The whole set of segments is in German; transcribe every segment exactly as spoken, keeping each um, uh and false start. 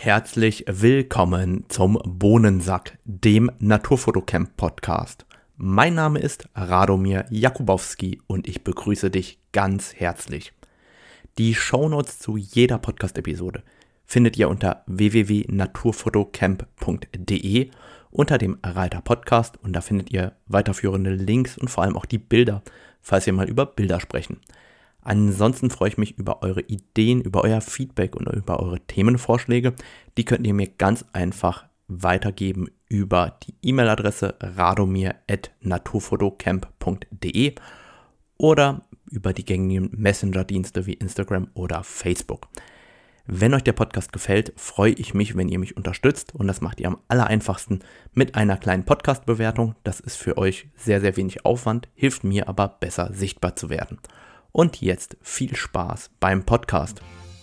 Herzlich willkommen zum Bohnensack, dem Naturfotocamp-Podcast. Mein Name ist Radomir Jakubowski und ich begrüße dich ganz herzlich. Die Shownotes zu jeder Podcast-Episode findet ihr unter w w w punkt naturfotocamp punkt d e unter dem Reiter Podcast und da findet ihr weiterführende Links und vor allem auch die Bilder, falls wir mal über Bilder sprechen. Ansonsten freue ich mich über eure Ideen, über euer Feedback und über eure Themenvorschläge. Die könnt ihr mir ganz einfach weitergeben über die E-Mail-Adresse radomir at naturfotocamp punkt d e oder über die gängigen Messenger-Dienste wie Instagram oder Facebook. Wenn euch der Podcast gefällt, freue ich mich, wenn ihr mich unterstützt und das macht ihr am allereinfachsten mit einer kleinen Podcast-Bewertung. Das ist für euch sehr, sehr wenig Aufwand, hilft mir aber besser sichtbar zu werden. Und jetzt viel Spaß beim Podcast.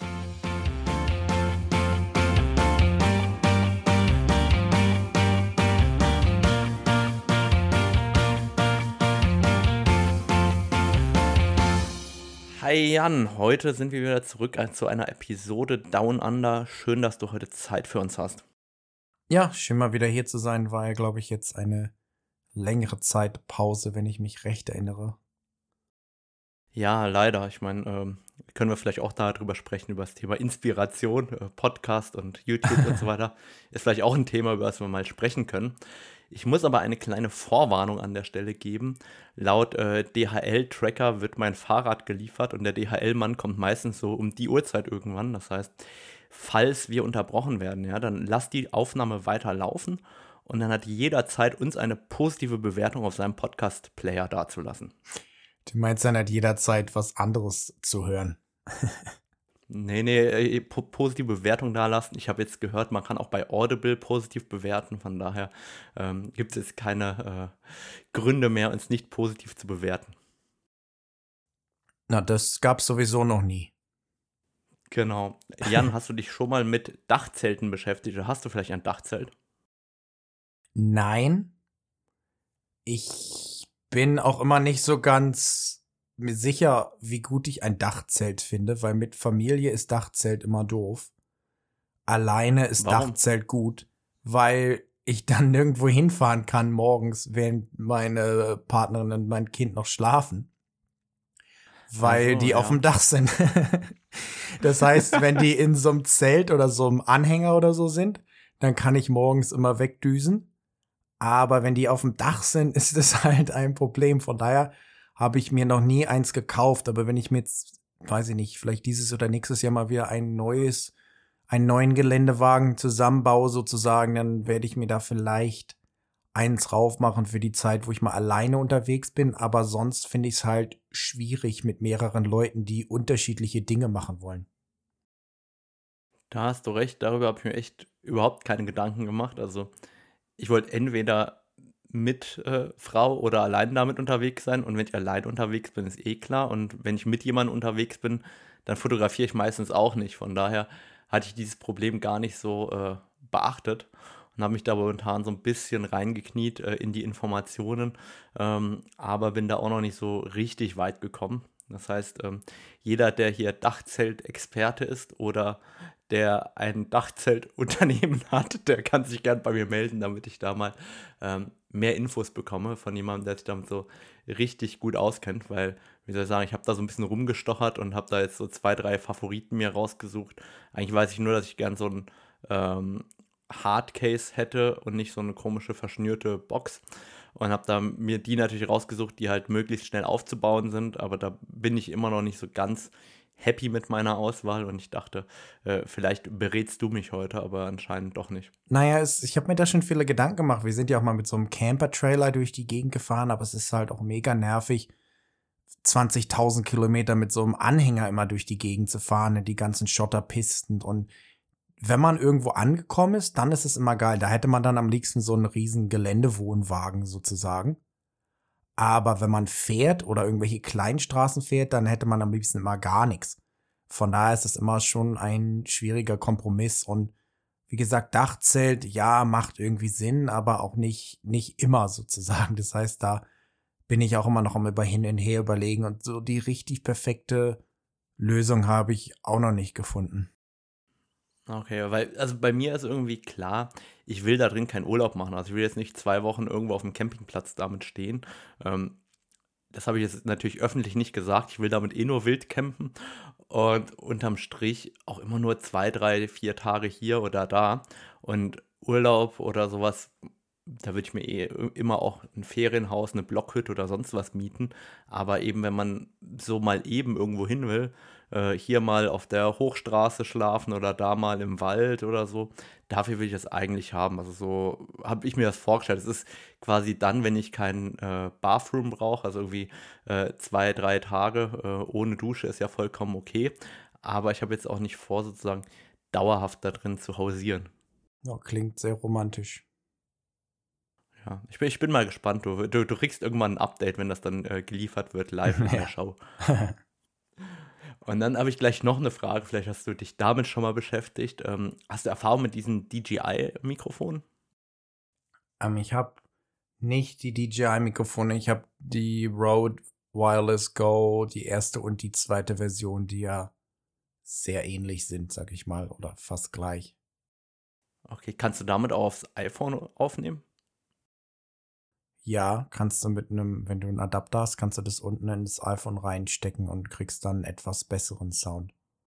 Hi Jan, heute sind wir wieder zurück zu einer Episode Down Under. Schön, dass du heute Zeit für uns hast. Ja, schön mal wieder hier zu sein. War ja, glaube ich, jetzt eine längere Zeit Pause, wenn ich mich recht erinnere. Ja, leider. Ich meine, ähm, können wir vielleicht auch darüber sprechen, über das Thema Inspiration, äh, Podcast und YouTube und so weiter. Ist vielleicht auch ein Thema, über das wir mal sprechen können. Ich muss aber eine kleine Vorwarnung an der Stelle geben. Laut äh, D H L-Tracker wird mein Fahrrad geliefert und der D H L-Mann kommt meistens so um die Uhrzeit irgendwann. Das heißt, falls wir unterbrochen werden, ja, dann lasst die Aufnahme weiter laufen und dann hat jeder Zeit, uns eine positive Bewertung auf seinem Podcast-Player dazulassen. Du meinst dann halt jederzeit was anderes zu hören. Nee, nee, po- positive Bewertung da lassen. Ich habe jetzt gehört, man kann auch bei Audible positiv bewerten. Von daher ähm, gibt es jetzt keine äh, Gründe mehr, uns nicht positiv zu bewerten. Na, das gab's sowieso noch nie. Genau. Jan, hast du dich schon mal mit Dachzelten beschäftigt? Oder hast du vielleicht ein Dachzelt? Nein. Ich bin auch immer nicht so ganz mir sicher, wie gut ich ein Dachzelt finde, weil mit Familie ist Dachzelt immer doof. Alleine ist Warum? Dachzelt gut, weil ich dann nirgendwo hinfahren kann morgens, während meine Partnerin und mein Kind noch schlafen. Weil Ach so, die ja. auf dem Dach sind. Das heißt, wenn die in so einem Zelt oder so einem Anhänger oder so sind, dann kann ich morgens immer wegdüsen. Aber wenn die auf dem Dach sind, ist das halt ein Problem. Von daher habe ich mir noch nie eins gekauft. Aber wenn ich mir jetzt, weiß ich nicht, vielleicht dieses oder nächstes Jahr mal wieder ein neues, einen neuen Geländewagen zusammenbaue sozusagen, dann werde ich mir da vielleicht eins raufmachen für die Zeit, wo ich mal alleine unterwegs bin. Aber sonst finde ich es halt schwierig mit mehreren Leuten, die unterschiedliche Dinge machen wollen. Da hast du recht, darüber habe ich mir echt überhaupt keine Gedanken gemacht. Also ich wollte entweder mit äh, Frau oder allein damit unterwegs sein und wenn ich allein unterwegs bin, ist eh klar und wenn ich mit jemandem unterwegs bin, dann fotografiere ich meistens auch nicht. Von daher hatte ich dieses Problem gar nicht so äh, beachtet und habe mich da momentan so ein bisschen reingekniet äh, in die Informationen, ähm, aber bin da auch noch nicht so richtig weit gekommen. Das heißt, ähm, jeder, der hier Dachzelt-Experte ist oder der ein Dachzeltunternehmen hat, der kann sich gern bei mir melden, damit ich da mal ähm, mehr Infos bekomme von jemandem, der sich damit so richtig gut auskennt, weil, wie soll ich sagen, ich habe da so ein bisschen rumgestochert und habe da jetzt so zwei, drei Favoriten mir rausgesucht. Eigentlich weiß ich nur, dass ich gern so ein ähm, Hardcase hätte und nicht so eine komische verschnürte Box und habe da mir die natürlich rausgesucht, die halt möglichst schnell aufzubauen sind, aber da bin ich immer noch nicht so ganz happy mit meiner Auswahl und ich dachte, äh, vielleicht berätst du mich heute, aber anscheinend doch nicht. Naja, es, ich habe mir da schon viele Gedanken gemacht. Wir sind ja auch mal mit so einem Camper-Trailer durch die Gegend gefahren, aber es ist halt auch mega nervig, zwanzigtausend Kilometer mit so einem Anhänger immer durch die Gegend zu fahren, in die ganzen Schotterpisten. Und wenn man irgendwo angekommen ist, dann ist es immer geil. Da hätte man dann am liebsten so einen riesen Geländewohnwagen sozusagen. Aber wenn man fährt oder irgendwelche Kleinstraßen fährt, dann hätte man am liebsten immer gar nichts. Von daher ist es immer schon ein schwieriger Kompromiss. Und wie gesagt, Dachzelt, ja, macht irgendwie Sinn, aber auch nicht, nicht immer sozusagen. Das heißt, da bin ich auch immer noch am über hin und her überlegen. Und so die richtig perfekte Lösung habe ich auch noch nicht gefunden. Okay, weil also bei mir ist irgendwie klar, ich will da drin keinen Urlaub machen. Also, ich will jetzt nicht zwei Wochen irgendwo auf dem Campingplatz damit stehen. Ähm, das habe ich jetzt natürlich öffentlich nicht gesagt. Ich will damit eh nur wild campen und unterm Strich auch immer nur zwei, drei, vier Tage hier oder da. Und Urlaub oder sowas, da würde ich mir eh immer auch ein Ferienhaus, eine Blockhütte oder sonst was mieten. Aber eben, wenn man so mal eben irgendwo hin will, äh, hier mal auf der Hochstraße schlafen oder da mal im Wald oder so, dafür will ich das eigentlich haben. Also so habe ich mir das vorgestellt. Es ist quasi dann, wenn ich kein äh, Bathroom brauche, also irgendwie äh, zwei, drei Tage äh, ohne Dusche ist ja vollkommen okay. Aber ich habe jetzt auch nicht vor, sozusagen dauerhaft da drin zu hausieren. Ja, klingt sehr romantisch. Ja, ich bin, ich bin mal gespannt. Du, du, du kriegst irgendwann ein Update, wenn das dann äh, geliefert wird, live in der Ja. Show. Und dann habe ich gleich noch eine Frage. Vielleicht hast du dich damit schon mal beschäftigt. Ähm, hast du Erfahrung mit diesen D J I-Mikrofonen? Ähm, ich habe nicht die D J I-Mikrofone, ich habe die Rode Wireless Go, die erste und die zweite Version, die ja sehr ähnlich sind, sag ich mal, oder fast gleich. Okay, kannst du damit auch aufs iPhone aufnehmen? Ja, kannst du mit einem, wenn du einen Adapter hast, kannst du das unten in das iPhone reinstecken und kriegst dann etwas besseren Sound.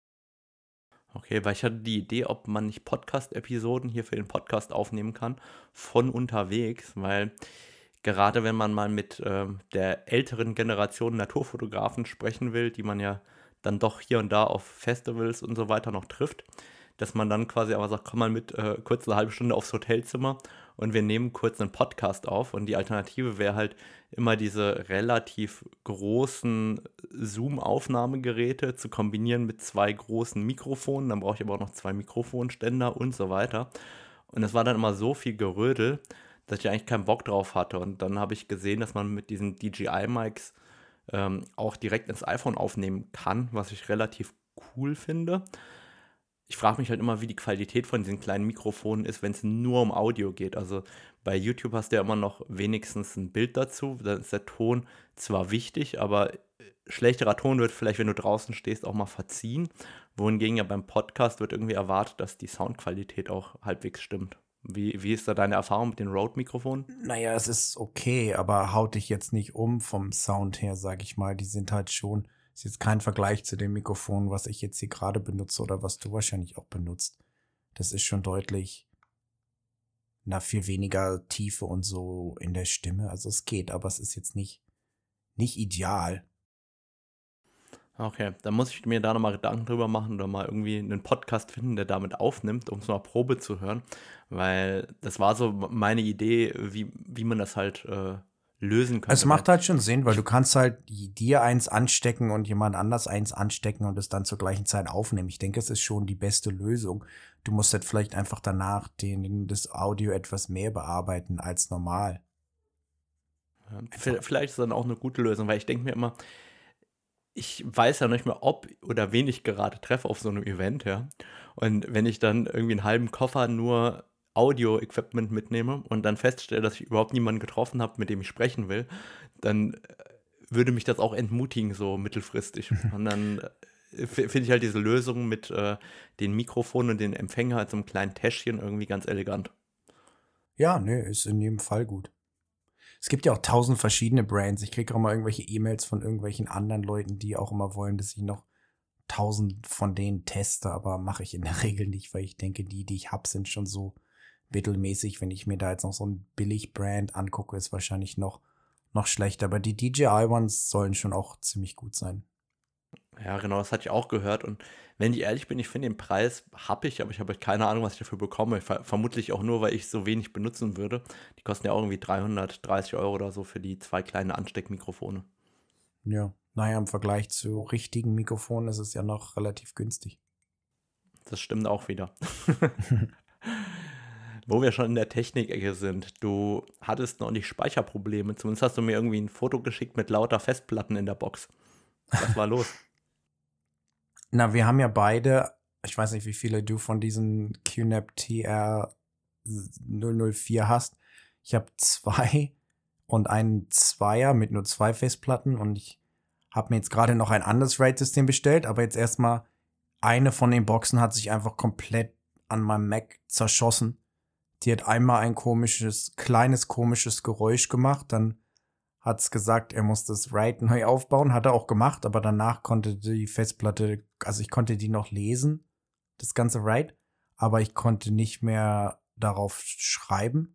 Okay, weil ich hatte die Idee, ob man nicht Podcast-Episoden hier für den Podcast aufnehmen kann von unterwegs, weil gerade wenn man mal mit ähm, der älteren Generation Naturfotografen sprechen will, die man ja dann doch hier und da auf Festivals und so weiter noch trifft, dass man dann quasi aber sagt, komm mal mit äh, kurz eine halbe Stunde aufs Hotelzimmer und wir nehmen kurz einen Podcast auf. Und die Alternative wäre halt immer diese relativ großen Zoom-Aufnahmegeräte zu kombinieren mit zwei großen Mikrofonen. Dann brauche ich aber auch noch zwei Mikrofonständer und so weiter. Und es war dann immer so viel Gerödel, dass ich eigentlich keinen Bock drauf hatte. Und dann habe ich gesehen, dass man mit diesen D J I-Mics ähm, auch direkt ins iPhone aufnehmen kann, was ich relativ cool finde. Ich frage mich halt immer, wie die Qualität von diesen kleinen Mikrofonen ist, wenn es nur um Audio geht. Also bei YouTube hast du ja immer noch wenigstens ein Bild dazu. Da ist der Ton zwar wichtig, aber äh, schlechterer Ton wird vielleicht, wenn du draußen stehst, auch mal verziehen. Wohingegen ja beim Podcast wird irgendwie erwartet, dass die Soundqualität auch halbwegs stimmt. Wie, wie ist da deine Erfahrung mit den Rode-Mikrofonen? Naja, es ist okay, aber haut dich jetzt nicht um vom Sound her, sag ich mal. Die sind halt schon, ist jetzt kein Vergleich zu dem Mikrofon, was ich jetzt hier gerade benutze oder was du wahrscheinlich auch benutzt. Das ist schon deutlich, na, viel weniger Tiefe und so in der Stimme. Also es geht, aber es ist jetzt nicht, nicht ideal. Okay, dann muss ich mir da nochmal Gedanken drüber machen oder mal irgendwie einen Podcast finden, der damit aufnimmt, um es mal Probe zu hören. Weil das war so meine Idee, wie, wie man das halt äh, lösen Es könnte. Weil macht halt schon Sinn, weil ich, du kannst halt dir eins anstecken und jemand anders eins anstecken und es dann zur gleichen Zeit aufnehmen. Ich denke, es ist schon die beste Lösung. Du musst halt vielleicht einfach danach den, das Audio etwas mehr bearbeiten als normal. v- vielleicht ist das dann auch eine gute Lösung, weil ich denke mir immer, ich weiß ja nicht mehr, ob oder wen ich gerade treffe auf so einem Event, ja. Und wenn ich dann irgendwie einen halben Koffer nur Audio-Equipment mitnehme und dann feststelle, dass ich überhaupt niemanden getroffen habe, mit dem ich sprechen will, dann äh, würde mich das auch entmutigen, so mittelfristig. Und dann äh, fi- finde ich halt diese Lösung mit äh, den Mikrofonen und den Empfänger als so einem kleinen Täschchen irgendwie ganz elegant. Ja, nee, ist in jedem Fall gut. Es gibt ja auch tausend verschiedene Brands. Ich kriege auch mal irgendwelche E-Mails von irgendwelchen anderen Leuten, die auch immer wollen, dass ich noch tausend von denen teste, aber mache ich in der Regel nicht, weil ich denke, die, die ich hab, sind schon so mittelmäßig. Wenn ich mir da jetzt noch so ein Billig-Brand angucke, ist wahrscheinlich noch, noch schlechter. Aber die D J I-Ones sollen schon auch ziemlich gut sein. Ja, genau, das hatte ich auch gehört. Und wenn ich ehrlich bin, ich finde den Preis happig, aber ich habe halt keine Ahnung, was ich dafür bekomme. Ver vermutlich auch nur, weil ich so wenig benutzen würde. Die kosten ja auch irgendwie dreihundertdreißig Euro oder so für die zwei kleinen Ansteckmikrofone. Ja, naja, im Vergleich zu richtigen Mikrofonen ist es ja noch relativ günstig. Das stimmt auch wieder. Wo wir schon in der Technik-Ecke sind, du hattest noch nicht Speicherprobleme. Zumindest hast du mir irgendwie ein Foto geschickt mit lauter Festplatten in der Box. Was war los? Na, wir haben ja beide, ich weiß nicht, wie viele du von diesen Q N A P T R null null vier hast. Ich habe zwei und einen Zweier mit nur zwei Festplatten und ich habe mir jetzt gerade noch ein anderes RAID-System bestellt, aber jetzt erstmal eine von den Boxen hat sich einfach komplett an meinem Mac zerschossen. Die hat einmal ein komisches, kleines komisches Geräusch gemacht, dann hat's gesagt, er muss das RAID neu aufbauen, hat er auch gemacht, aber danach konnte die Festplatte, also ich konnte die noch lesen, das ganze RAID, aber ich konnte nicht mehr darauf schreiben.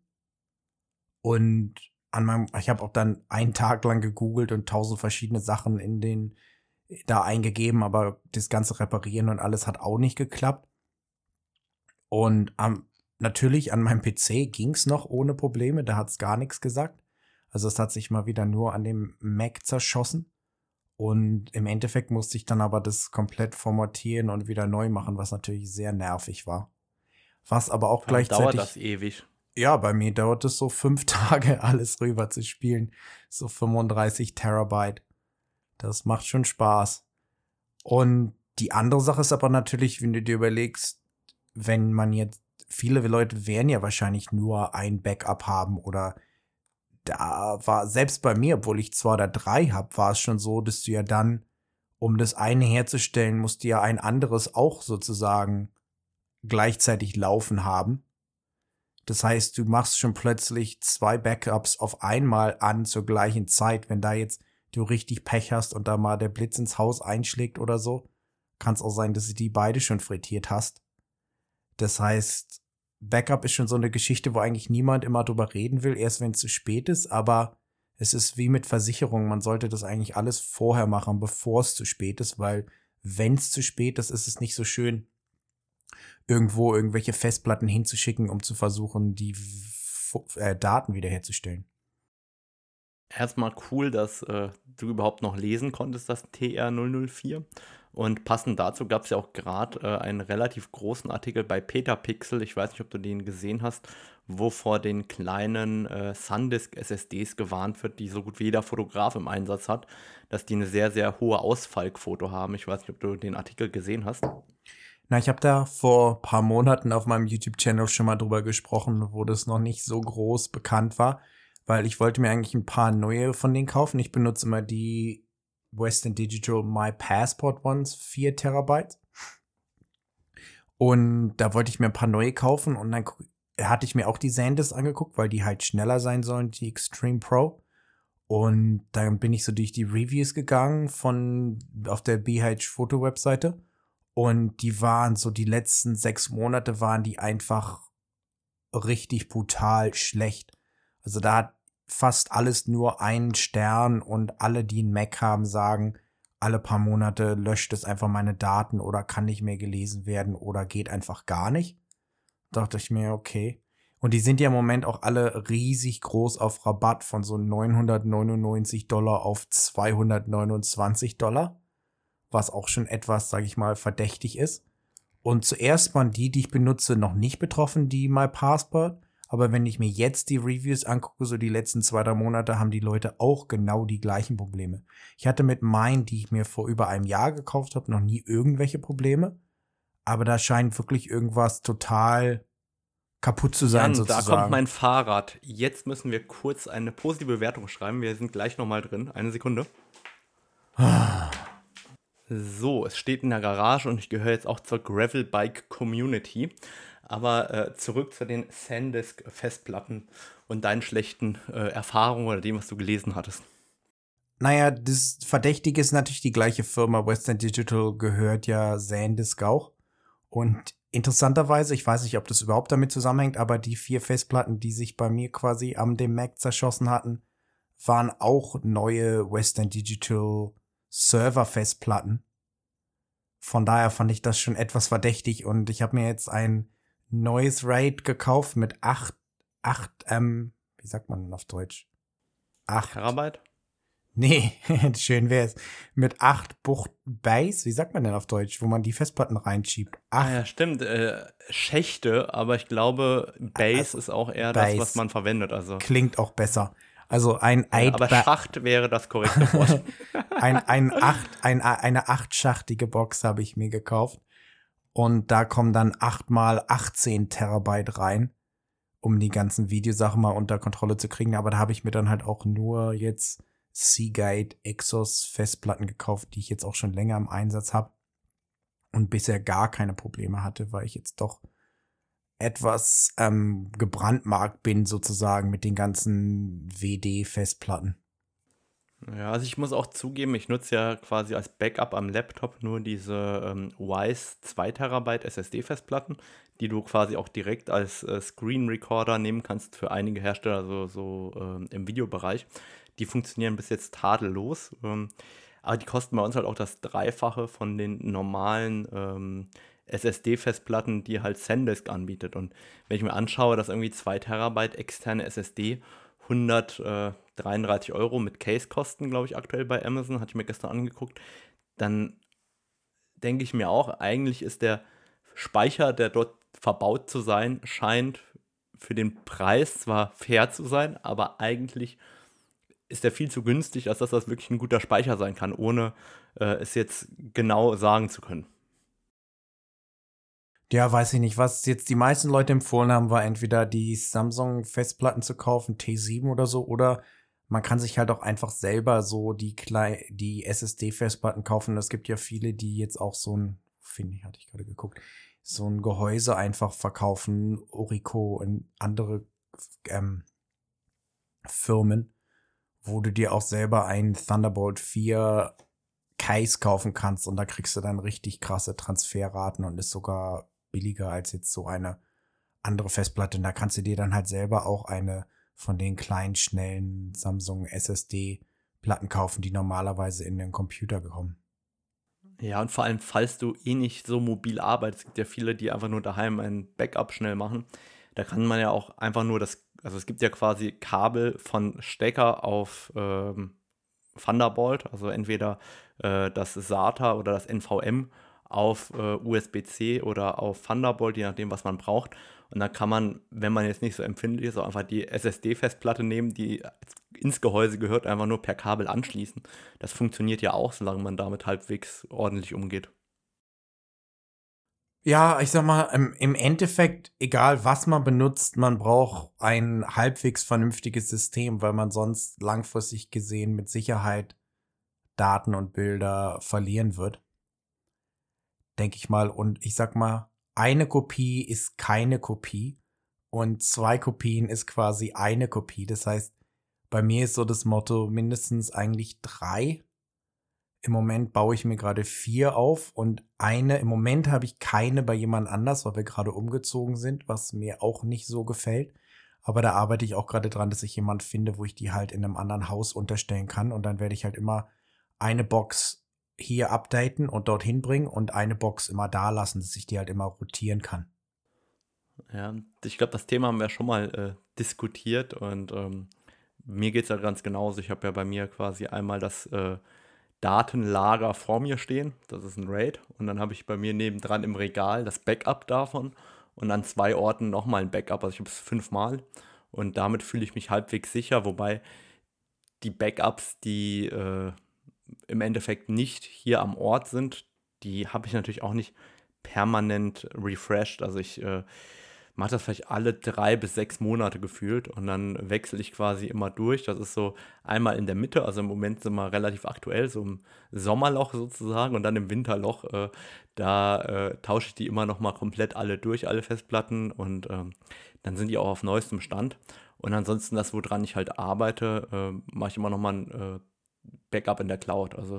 Und an meinem, ich habe auch dann einen Tag lang gegoogelt und tausend verschiedene Sachen in den da eingegeben, aber das ganze Reparieren und alles hat auch nicht geklappt. Und am, natürlich an meinem P C ging's noch ohne Probleme, da hat's gar nichts gesagt. Also es hat sich mal wieder nur an dem Mac zerschossen. Und im Endeffekt musste ich dann aber das komplett formatieren und wieder neu machen, was natürlich sehr nervig war. Was aber auch Warum gleichzeitig... dauert das ewig? Ja, bei mir dauert es so fünf Tage, alles rüber zu spielen. So fünfunddreißig Terabyte. Das macht schon Spaß. Und die andere Sache ist aber natürlich, wenn du dir überlegst, wenn man jetzt... Viele Leute werden ja wahrscheinlich nur ein Backup haben oder... Da war selbst bei mir, obwohl ich zwar da drei habe, war es schon so, dass du ja dann, um das eine herzustellen, musst du ja ein anderes auch sozusagen gleichzeitig laufen haben. Das heißt, du machst schon plötzlich zwei Backups auf einmal an zur gleichen Zeit. Wenn da jetzt du richtig Pech hast und da mal der Blitz ins Haus einschlägt oder so, kann es auch sein, dass du die beide schon frittiert hast. Das heißt, Backup ist schon so eine Geschichte, wo eigentlich niemand immer drüber reden will, erst wenn es zu spät ist, aber es ist wie mit Versicherungen, man sollte das eigentlich alles vorher machen, bevor es zu spät ist, weil wenn es zu spät ist, ist es nicht so schön, irgendwo irgendwelche Festplatten hinzuschicken, um zu versuchen, die F- äh, Daten wiederherzustellen. Erstmal cool, dass äh, du überhaupt noch lesen konntest, das T R null null vier. Und passend dazu gab es ja auch gerade äh, einen relativ großen Artikel bei Petapixel, ich weiß nicht, ob du den gesehen hast, wo vor den kleinen äh, SanDisk-S S Ds gewarnt wird, die so gut wie jeder Fotograf im Einsatz hat, dass die eine sehr, sehr hohe Ausfallquote haben. Ich weiß nicht, ob du den Artikel gesehen hast. Na, ich habe da vor ein paar Monaten auf meinem YouTube-Channel schon mal drüber gesprochen, wo das noch nicht so groß bekannt war, weil ich wollte mir eigentlich ein paar neue von denen kaufen. Ich benutze immer die Western Digital My Passport Ones, vier Terabyte. Und da wollte ich mir ein paar neue kaufen und dann gu- hatte ich mir auch die SanDisk angeguckt, weil die halt schneller sein sollen, die Extreme Pro. Und dann bin ich so durch die Reviews gegangen von auf der B H Photo Webseite. Und die waren so, die letzten sechs Monate waren die einfach richtig brutal schlecht. Also da hat fast alles nur einen Stern und alle, die einen Mac haben, sagen, alle paar Monate löscht es einfach meine Daten oder kann nicht mehr gelesen werden oder geht einfach gar nicht. Dachte ich mir, okay. Und die sind ja im Moment auch alle riesig groß auf Rabatt von so neunhundertneunundneunzig Dollar auf zweihundertneunundzwanzig Dollar. Was auch schon etwas, sag ich mal, verdächtig ist. Und zuerst waren die, die ich benutze, noch nicht betroffen, die My Passport. Aber wenn ich mir jetzt die Reviews angucke, so die letzten zwei, drei Monate, haben die Leute auch genau die gleichen Probleme. Ich hatte mit meinen, die ich mir vor über einem Jahr gekauft habe, noch nie irgendwelche Probleme. Aber da scheint wirklich irgendwas total kaputt zu sein, Jan, da sozusagen. kommt mein Fahrrad. Jetzt müssen wir kurz eine positive Bewertung schreiben. Wir sind gleich nochmal drin. Eine Sekunde. So, es steht in der Garage und ich gehöre jetzt auch zur Gravelbike Community. Aber äh, zurück zu den SanDisk-Festplatten und deinen schlechten äh, Erfahrungen oder dem, was du gelesen hattest. Naja, das Verdächtige ist natürlich die gleiche Firma. Western Digital gehört ja SanDisk auch. Und interessanterweise, ich weiß nicht, ob das überhaupt damit zusammenhängt, aber die vier Festplatten, die sich bei mir quasi am dem Mac zerschossen hatten, waren auch neue Western Digital Server-Festplatten. Von daher fand ich das schon etwas verdächtig und ich habe mir jetzt ein neues RAID gekauft mit acht, acht, ähm, wie sagt man denn auf Deutsch? acht Terabyte? Nee, schön wär's. Mit acht Bucht Bays, wie sagt man denn auf Deutsch, wo man die Festplatten reinschiebt? Ah Acht ja, stimmt. Äh, Schächte, aber ich glaube, Base Also, ist auch eher Base. das, was man verwendet. Also, klingt auch besser. Also ein äh, aber eight Ba- Schacht wäre das korrekte Wort. ein, ein acht, ein, eine achtschachtige Box habe ich mir gekauft. Und da kommen dann acht mal achtzehn Terabyte rein, um die ganzen Videosachen mal unter Kontrolle zu kriegen. Aber da habe ich mir dann halt auch nur jetzt Seagate Exos Festplatten gekauft, die ich jetzt auch schon länger im Einsatz habe und bisher gar keine Probleme hatte, weil ich jetzt doch etwas ähm, gebrandmarkt bin, sozusagen, mit den ganzen W D-Festplatten. Ja, also ich muss auch zugeben, ich nutze ja quasi als Backup am Laptop nur diese ähm, Wise zwei Terabyte S S D-Festplatten, die du quasi auch direkt als äh, Screen Recorder nehmen kannst für einige Hersteller, so, so ähm, im Videobereich. Die funktionieren bis jetzt tadellos, ähm, aber die kosten bei uns halt auch das Dreifache von den normalen ähm, S S D-Festplatten, die halt SanDisk anbietet. Und wenn ich mir anschaue, dass irgendwie zwei Terabyte externe S S D hundertdreiunddreißig Euro mit Case kosten, glaube ich, aktuell bei Amazon, hatte ich mir gestern angeguckt, dann denke ich mir auch, eigentlich ist der Speicher, der dort verbaut zu sein, scheint für den Preis zwar fair zu sein, aber eigentlich ist der viel zu günstig, als dass das wirklich ein guter Speicher sein kann, ohne äh, es jetzt genau sagen zu können. Ja, weiß ich nicht. Was jetzt die meisten Leute empfohlen haben, war entweder die Samsung-Festplatten zu kaufen, T sieben oder so, oder man kann sich halt auch einfach selber so die klei die S S D-Festplatten kaufen. Es gibt ja viele, die jetzt auch so ein, finde ich, hatte ich gerade geguckt, so ein Gehäuse einfach verkaufen, Orico und andere ähm, Firmen, wo du dir auch selber einen Thunderbolt vier Case kaufen kannst und da kriegst du dann richtig krasse Transferraten und ist sogar billiger als jetzt so eine andere Festplatte. Und da kannst du dir dann halt selber auch eine von den kleinen, schnellen Samsung S S D-Platten kaufen, die normalerweise in den Computer kommen. Ja, und vor allem, falls du eh nicht so mobil arbeitest, es gibt ja viele, die einfach nur daheim ein Backup schnell machen. Da kann man ja auch einfach nur das, also es gibt ja quasi Kabel von Stecker auf ähm, Thunderbolt, also entweder äh, das SATA oder das N V M auf äh, U S B-C oder auf Thunderbolt, je nachdem, was man braucht. Und dann kann man, wenn man jetzt nicht so empfindlich ist, auch einfach die S S D-Festplatte nehmen, die ins Gehäuse gehört, einfach nur per Kabel anschließen. Das funktioniert ja auch, solange man damit halbwegs ordentlich umgeht. Ja, ich sag mal, im, im Endeffekt, egal was man benutzt, man braucht ein halbwegs vernünftiges System, weil man sonst langfristig gesehen mit Sicherheit Daten und Bilder verlieren wird, denke ich mal. Und ich sag mal, eine Kopie ist keine Kopie und zwei Kopien ist quasi eine Kopie. Das heißt, bei mir ist so das Motto mindestens eigentlich drei. Im Moment baue ich mir gerade vier auf und eine, im Moment habe ich keine bei jemand anders, weil wir gerade umgezogen sind, was mir auch nicht so gefällt. Aber da arbeite ich auch gerade dran, dass ich jemand finde, wo ich die halt in einem anderen Haus unterstellen kann. Und dann werde ich halt immer eine Box hier updaten und dorthin bringen und eine Box immer da lassen, dass ich die halt immer rotieren kann. Ja, ich glaube, das Thema haben wir schon mal äh, diskutiert und ähm, mir geht es ja ganz genauso. Ich habe ja bei mir quasi einmal das äh, Datenlager vor mir stehen, das ist ein RAID, und dann habe ich bei mir nebendran im Regal das Backup davon und an zwei Orten nochmal ein Backup, also ich habe es fünfmal und damit fühle ich mich halbwegs sicher, wobei die Backups, die äh, im Endeffekt nicht hier am Ort sind, die habe ich natürlich auch nicht permanent refreshed. Also ich äh, mache das vielleicht alle drei bis sechs Monate gefühlt und dann wechsle ich quasi immer durch. Das ist so einmal in der Mitte, also im Moment sind wir relativ aktuell, so im Sommerloch sozusagen, und dann im Winterloch, äh, da äh, tausche ich die immer noch mal komplett alle durch, alle Festplatten, und ähm, dann sind die auch auf neuestem Stand. Und ansonsten das, woran ich halt arbeite, äh, mache ich immer noch mal ein äh, Backup in der Cloud. Also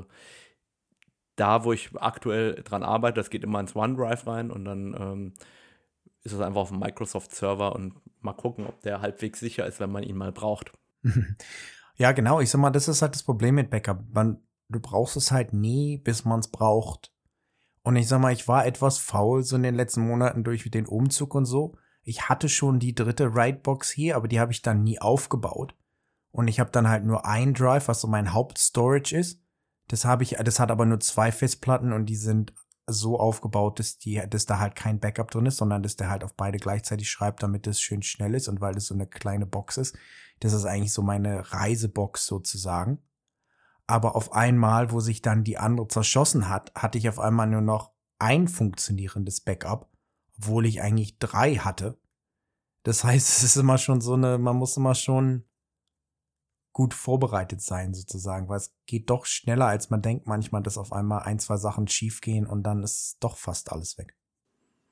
da, wo ich aktuell dran arbeite, das geht immer ins OneDrive rein und dann ähm, ist es einfach auf dem Microsoft-Server und mal gucken, ob der halbwegs sicher ist, wenn man ihn mal braucht. Ja, genau. Ich sag mal, das ist halt das Problem mit Backup. Man, du brauchst es halt nie, bis man es braucht. Und ich sag mal, ich war etwas faul so in den letzten Monaten durch den Umzug und so. Ich hatte schon die dritte Write-Box hier, aber die habe ich dann nie aufgebaut. Und ich habe dann halt nur ein Drive, was so mein Hauptstorage ist. Das habe ich, das hat aber nur zwei Festplatten und die sind so aufgebaut, dass die, dass da halt kein Backup drin ist, sondern dass der halt auf beide gleichzeitig schreibt, damit es schön schnell ist und weil das so eine kleine Box ist. Das ist eigentlich so meine Reisebox sozusagen. Aber auf einmal, wo sich dann die andere zerschossen hat, hatte ich auf einmal nur noch ein funktionierendes Backup, obwohl ich eigentlich drei hatte. Das heißt, es ist immer schon so eine, man muss immer schon gut vorbereitet sein sozusagen, weil es geht doch schneller, als man denkt manchmal, dass auf einmal ein, zwei Sachen schief gehen und dann ist doch fast alles weg.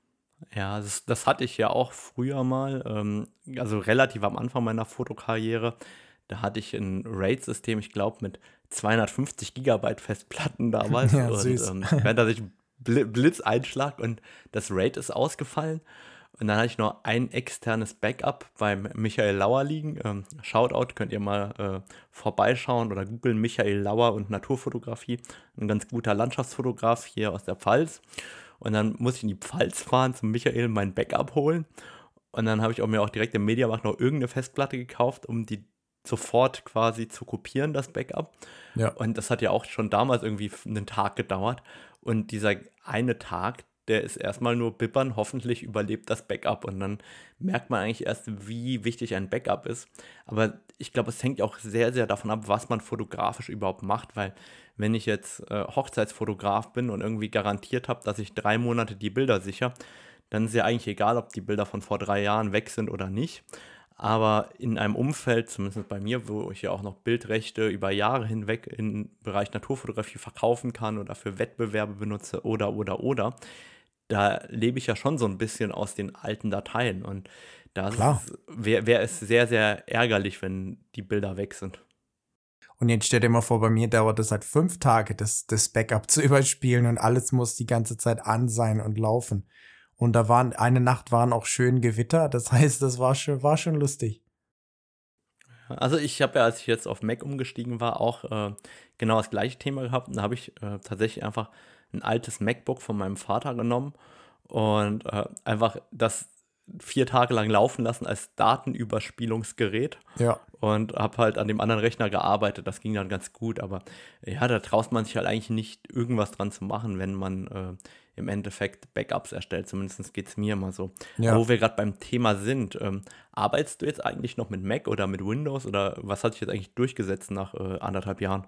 Ja, das das hatte ich ja auch früher mal, ähm, also relativ am Anfang meiner Fotokarriere. Da hatte ich 'n RAID-System, ich glaube, mit zweihundertfünfzig Gigabyte Festplatten damals Ja, und, süß. ähm, wir hatten tatsächlich Bli Blitzeinschlag und das RAID ist ausgefallen. Und dann hatte ich noch ein externes Backup beim Michael Lauer liegen. Ähm, Shoutout, könnt ihr mal äh, vorbeischauen oder googeln Michael Lauer und Naturfotografie. Ein ganz guter Landschaftsfotograf hier aus der Pfalz. Und dann musste ich in die Pfalz fahren zum Michael mein Backup holen. Und dann habe ich auch mir auch direkt im Mediamarkt noch irgendeine Festplatte gekauft, um die sofort quasi zu kopieren, das Backup. Ja, Und das hat ja auch schon damals irgendwie f- einen Tag gedauert. Und dieser eine Tag, der ist erstmal nur bippern, hoffentlich überlebt das Backup. Und dann merkt man eigentlich erst, wie wichtig ein Backup ist. Aber ich glaube, es hängt auch sehr, sehr davon ab, was man fotografisch überhaupt macht. Weil wenn ich jetzt äh, Hochzeitsfotograf bin und irgendwie garantiert habe, dass ich drei Monate die Bilder sichere, dann ist ja eigentlich egal, ob die Bilder von vor drei Jahren weg sind oder nicht. Aber in einem Umfeld, zumindest bei mir, wo ich ja auch noch Bildrechte über Jahre hinweg im Bereich Naturfotografie verkaufen kann oder für Wettbewerbe benutze oder, oder, oder, da lebe ich ja schon so ein bisschen aus den alten Dateien. Und da klar. wäre wär es sehr, sehr ärgerlich, wenn die Bilder weg sind. Und jetzt stell dir mal vor, bei mir dauert es halt fünf Tage, das, das Backup zu überspielen und alles muss die ganze Zeit an sein und laufen. Und da waren, eine Nacht waren auch schön Gewitter, das heißt, das war schon, war schon lustig. Also ich habe ja, als ich jetzt auf Mac umgestiegen war, auch äh, genau das gleiche Thema gehabt. Und da habe ich äh, tatsächlich einfach ein altes MacBook von meinem Vater genommen und äh, einfach das vier Tage lang laufen lassen als Datenüberspielungsgerät Ja. und habe halt an dem anderen Rechner gearbeitet. Das ging dann ganz gut, aber ja, da traut man sich halt eigentlich nicht, irgendwas dran zu machen, wenn man äh, im Endeffekt Backups erstellt. Zumindest geht es mir immer so. Aber Ja. wo wir gerade beim Thema sind, ähm, arbeitest du jetzt eigentlich noch mit Mac oder mit Windows oder was hat sich jetzt eigentlich durchgesetzt nach äh, anderthalb Jahren?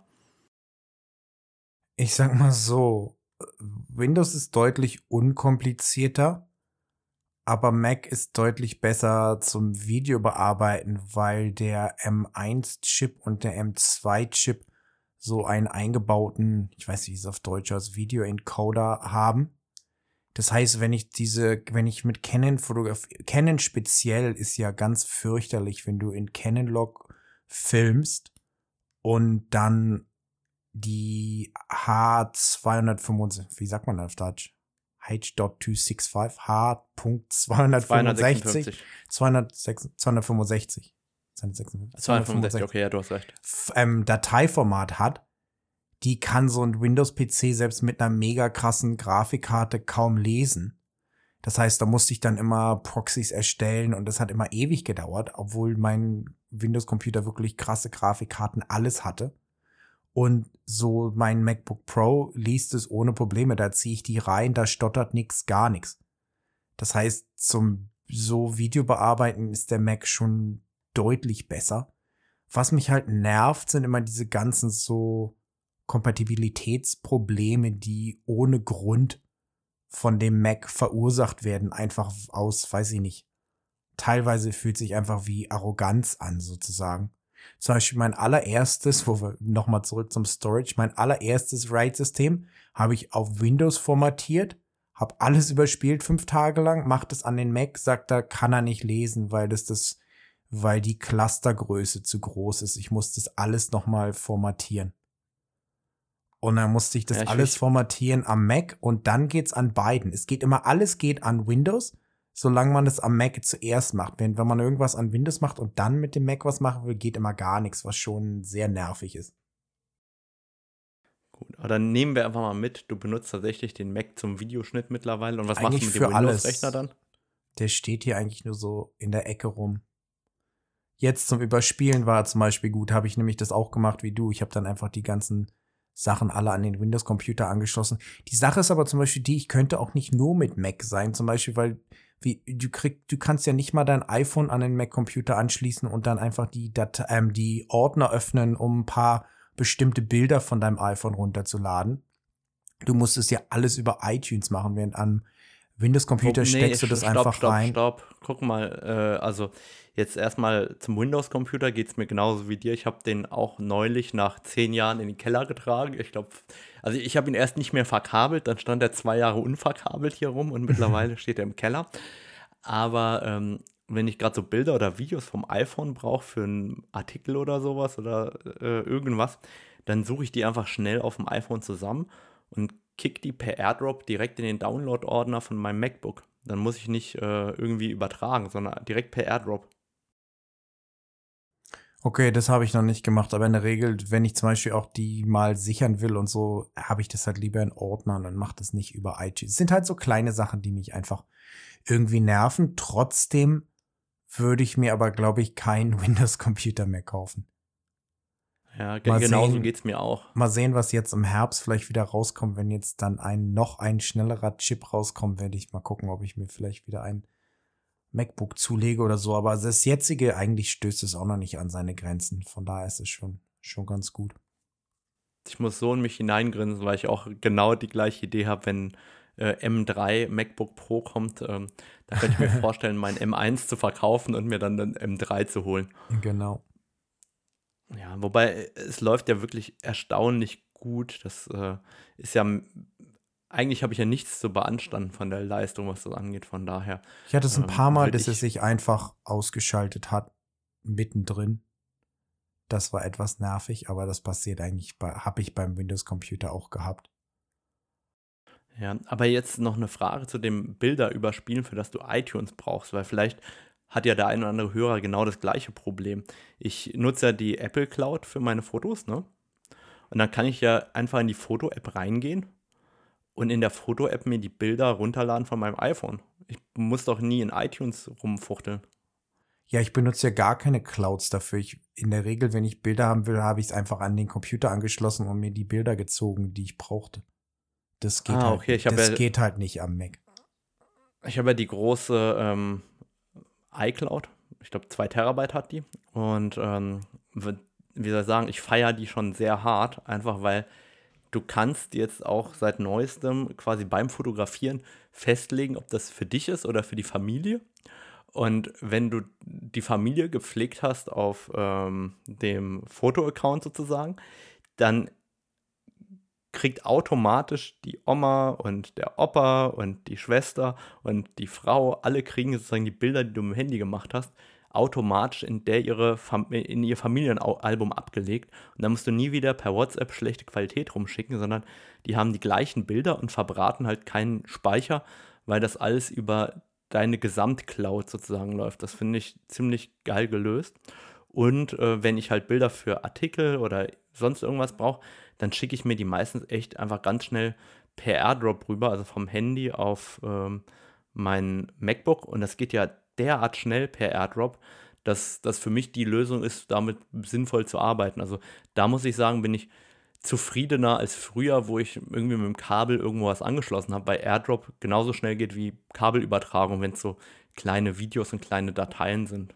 Ich sag mal so, Windows ist deutlich unkomplizierter, aber Mac ist deutlich besser zum Videobearbeiten, weil der M eins Chip und der M zwei Chip so einen eingebauten, ich weiß nicht, wie es auf Deutsch heißt, Video-Encoder haben. Das heißt, wenn ich diese, wenn ich mit Canon fotografiere, Canon speziell ist ja ganz fürchterlich, wenn du in Canon Log filmst und dann die H zweihundertfünfundsechzig, wie sagt man das auf Deutsch? H zweihundertfünfundsechzig, H zweihundertfünfundsechzig, zweihundertsechsundfünfzig. zweihundertfünfundsechzig, zweihundertsechsundfünfzig, zweihundertfünfundsechzig, okay, ja, du hast recht. F- ähm, Dateiformat hat, die kann so ein Windows-P C selbst mit einer mega krassen Grafikkarte kaum lesen. Das heißt, da musste ich dann immer Proxys erstellen und das hat immer ewig gedauert, obwohl mein Windows-Computer wirklich krasse Grafikkarten alles hatte. Und so mein MacBook Pro liest es ohne Probleme. Da ziehe ich die rein, da stottert nix, gar nichts. Das heißt, zum so Video bearbeiten ist der Mac schon deutlich besser. Was mich halt nervt, sind immer diese ganzen so Kompatibilitätsprobleme, die ohne Grund von dem Mac verursacht werden, einfach aus, weiß ich nicht. Teilweise fühlt sich einfach wie Arroganz an, sozusagen. Zum Beispiel mein allererstes, wo wir nochmal zurück zum Storage, mein allererstes RAID-System habe ich auf Windows formatiert, habe alles überspielt fünf Tage lang, macht es an den Mac, sagt er, kann er nicht lesen, weil das das, weil die Clustergröße zu groß ist. Ich muss das alles nochmal formatieren. Und dann musste ich das Ja, ich, alles ich, formatieren am Mac und dann geht's an beiden. Es geht immer, alles geht an Windows, solange man es am Mac zuerst macht. Wenn, wenn man irgendwas an Windows macht und dann mit dem Mac was machen will, geht immer gar nichts, was schon sehr nervig ist. gut, aber dann nehmen wir einfach mal mit, du benutzt tatsächlich den Mac zum Videoschnitt mittlerweile. Und was machst du Eigentlich mit dem für alles. Windows-Rechner dann? Der steht hier eigentlich nur so in der Ecke rum. Jetzt zum Überspielen war zum Beispiel gut, habe ich nämlich das auch gemacht wie du. Ich habe dann einfach die ganzen Sachen alle an den Windows-Computer angeschlossen. Die Sache ist aber zum Beispiel die, ich könnte auch nicht nur mit Mac sein, zum Beispiel, weil wie, du krieg, du kannst ja nicht mal dein iPhone an den Mac-Computer anschließen und dann einfach die Date ähm, die Ordner öffnen, um ein paar bestimmte Bilder von deinem iPhone runterzuladen. Du musst es ja alles über iTunes machen, während am Wo, Windows-Computer nee, steckst du das stopp, einfach stopp, rein. stopp. Guck mal, äh, also jetzt erstmal zum Windows-Computer geht es mir genauso wie dir. Ich habe den auch neulich nach zehn Jahren in den Keller getragen. Ich glaube, also ich habe ihn erst nicht mehr verkabelt, dann stand er zwei Jahre unverkabelt hier rum und mittlerweile steht er im Keller. Aber ähm, wenn ich gerade so Bilder oder Videos vom iPhone brauche für einen Artikel oder sowas oder äh, irgendwas, dann suche ich die einfach schnell auf dem iPhone zusammen und kick die per AirDrop direkt in den Download-Ordner von meinem MacBook. Dann muss ich nicht äh, irgendwie übertragen, sondern direkt per AirDrop. Okay, das habe ich noch nicht gemacht, aber in der Regel, wenn ich zum Beispiel auch die mal sichern will und so, habe ich das halt lieber in Ordnern und mache das nicht über iTunes. Es sind halt so kleine Sachen, die mich einfach irgendwie nerven. Trotzdem würde ich mir aber, glaube ich, keinen Windows-Computer mehr kaufen. Ja, ge Mal genauso sehen, geht es mir auch. mal sehen, was jetzt im Herbst vielleicht wieder rauskommt. Wenn jetzt dann ein noch ein schnellerer Chip rauskommt, werde ich mal gucken, ob ich mir vielleicht wieder ein MacBook zulege oder so. Aber das jetzige, eigentlich stößt es auch noch nicht an seine Grenzen. Von daher ist es schon, schon ganz gut. Ich muss so in mich hineingrinsen, weil ich auch genau die gleiche Idee habe, wenn äh, M drei MacBook Pro kommt. Ähm, da könnte ich mir vorstellen, mein M eins zu verkaufen und mir dann den M drei zu holen. Genau. Ja, wobei äh, es läuft ja wirklich erstaunlich gut. Das äh, ist ja, m- eigentlich habe ich ja nichts zu beanstanden von der Leistung, was das angeht. Von daher Ich hatte es ein ähm, paar Mal, würde dass es ich, sich einfach ausgeschaltet hat, mittendrin. Das war etwas nervig, aber das passiert eigentlich bei, habe ich beim Windows-Computer auch gehabt. ja, aber jetzt noch eine Frage zu dem Bilder überspielen, für das du iTunes brauchst, weil vielleicht hat ja der ein oder andere Hörer genau das gleiche Problem. Ich nutze ja die Apple Cloud für meine Fotos, ne? Und dann kann ich ja einfach in die Foto-App reingehen und in der Foto-App mir die Bilder runterladen von meinem iPhone. Ich muss doch nie in iTunes rumfuchteln. Ja, ich benutze ja gar keine Clouds dafür. Ich, in der Regel, wenn ich Bilder haben will, habe ich es einfach an den Computer angeschlossen und mir die Bilder gezogen, die ich brauchte. Das geht Ah, halt, okay, ich habe das ja, geht halt nicht am Mac. ich habe ja die große ähm, iCloud. Ich glaube, zwei Terabyte hat die. Und ähm, w- wie soll ich sagen, ich feiere die schon sehr hart, einfach weil du kannst jetzt auch seit neuestem quasi beim Fotografieren festlegen, ob das für dich ist oder für die Familie. Und wenn du die Familie gepflegt hast auf ähm, dem Foto-Account sozusagen, dann kriegt automatisch die Oma und der Opa und die Schwester und die Frau, alle kriegen sozusagen die Bilder, die du im Handy gemacht hast, automatisch in der ihre Fam in ihr Familienalbum abgelegt. Und dann musst du nie wieder per WhatsApp schlechte Qualität rumschicken, sondern die haben die gleichen Bilder und verbraten halt keinen Speicher, weil das alles über deine Gesamtcloud sozusagen läuft. Das finde ich ziemlich geil gelöst. Und äh, wenn ich halt Bilder für Artikel oder sonst irgendwas brauche, dann schicke ich mir die meistens echt einfach ganz schnell per AirDrop rüber, also vom Handy auf ähm, mein MacBook. Und das geht ja derart schnell per AirDrop, dass das für mich die Lösung ist, damit sinnvoll zu arbeiten. Also da muss ich sagen, bin ich zufriedener als früher, wo ich irgendwie mit dem Kabel irgendwo was angeschlossen habe, weil AirDrop genauso schnell geht wie Kabelübertragung, wenn es so kleine Videos und kleine Dateien sind.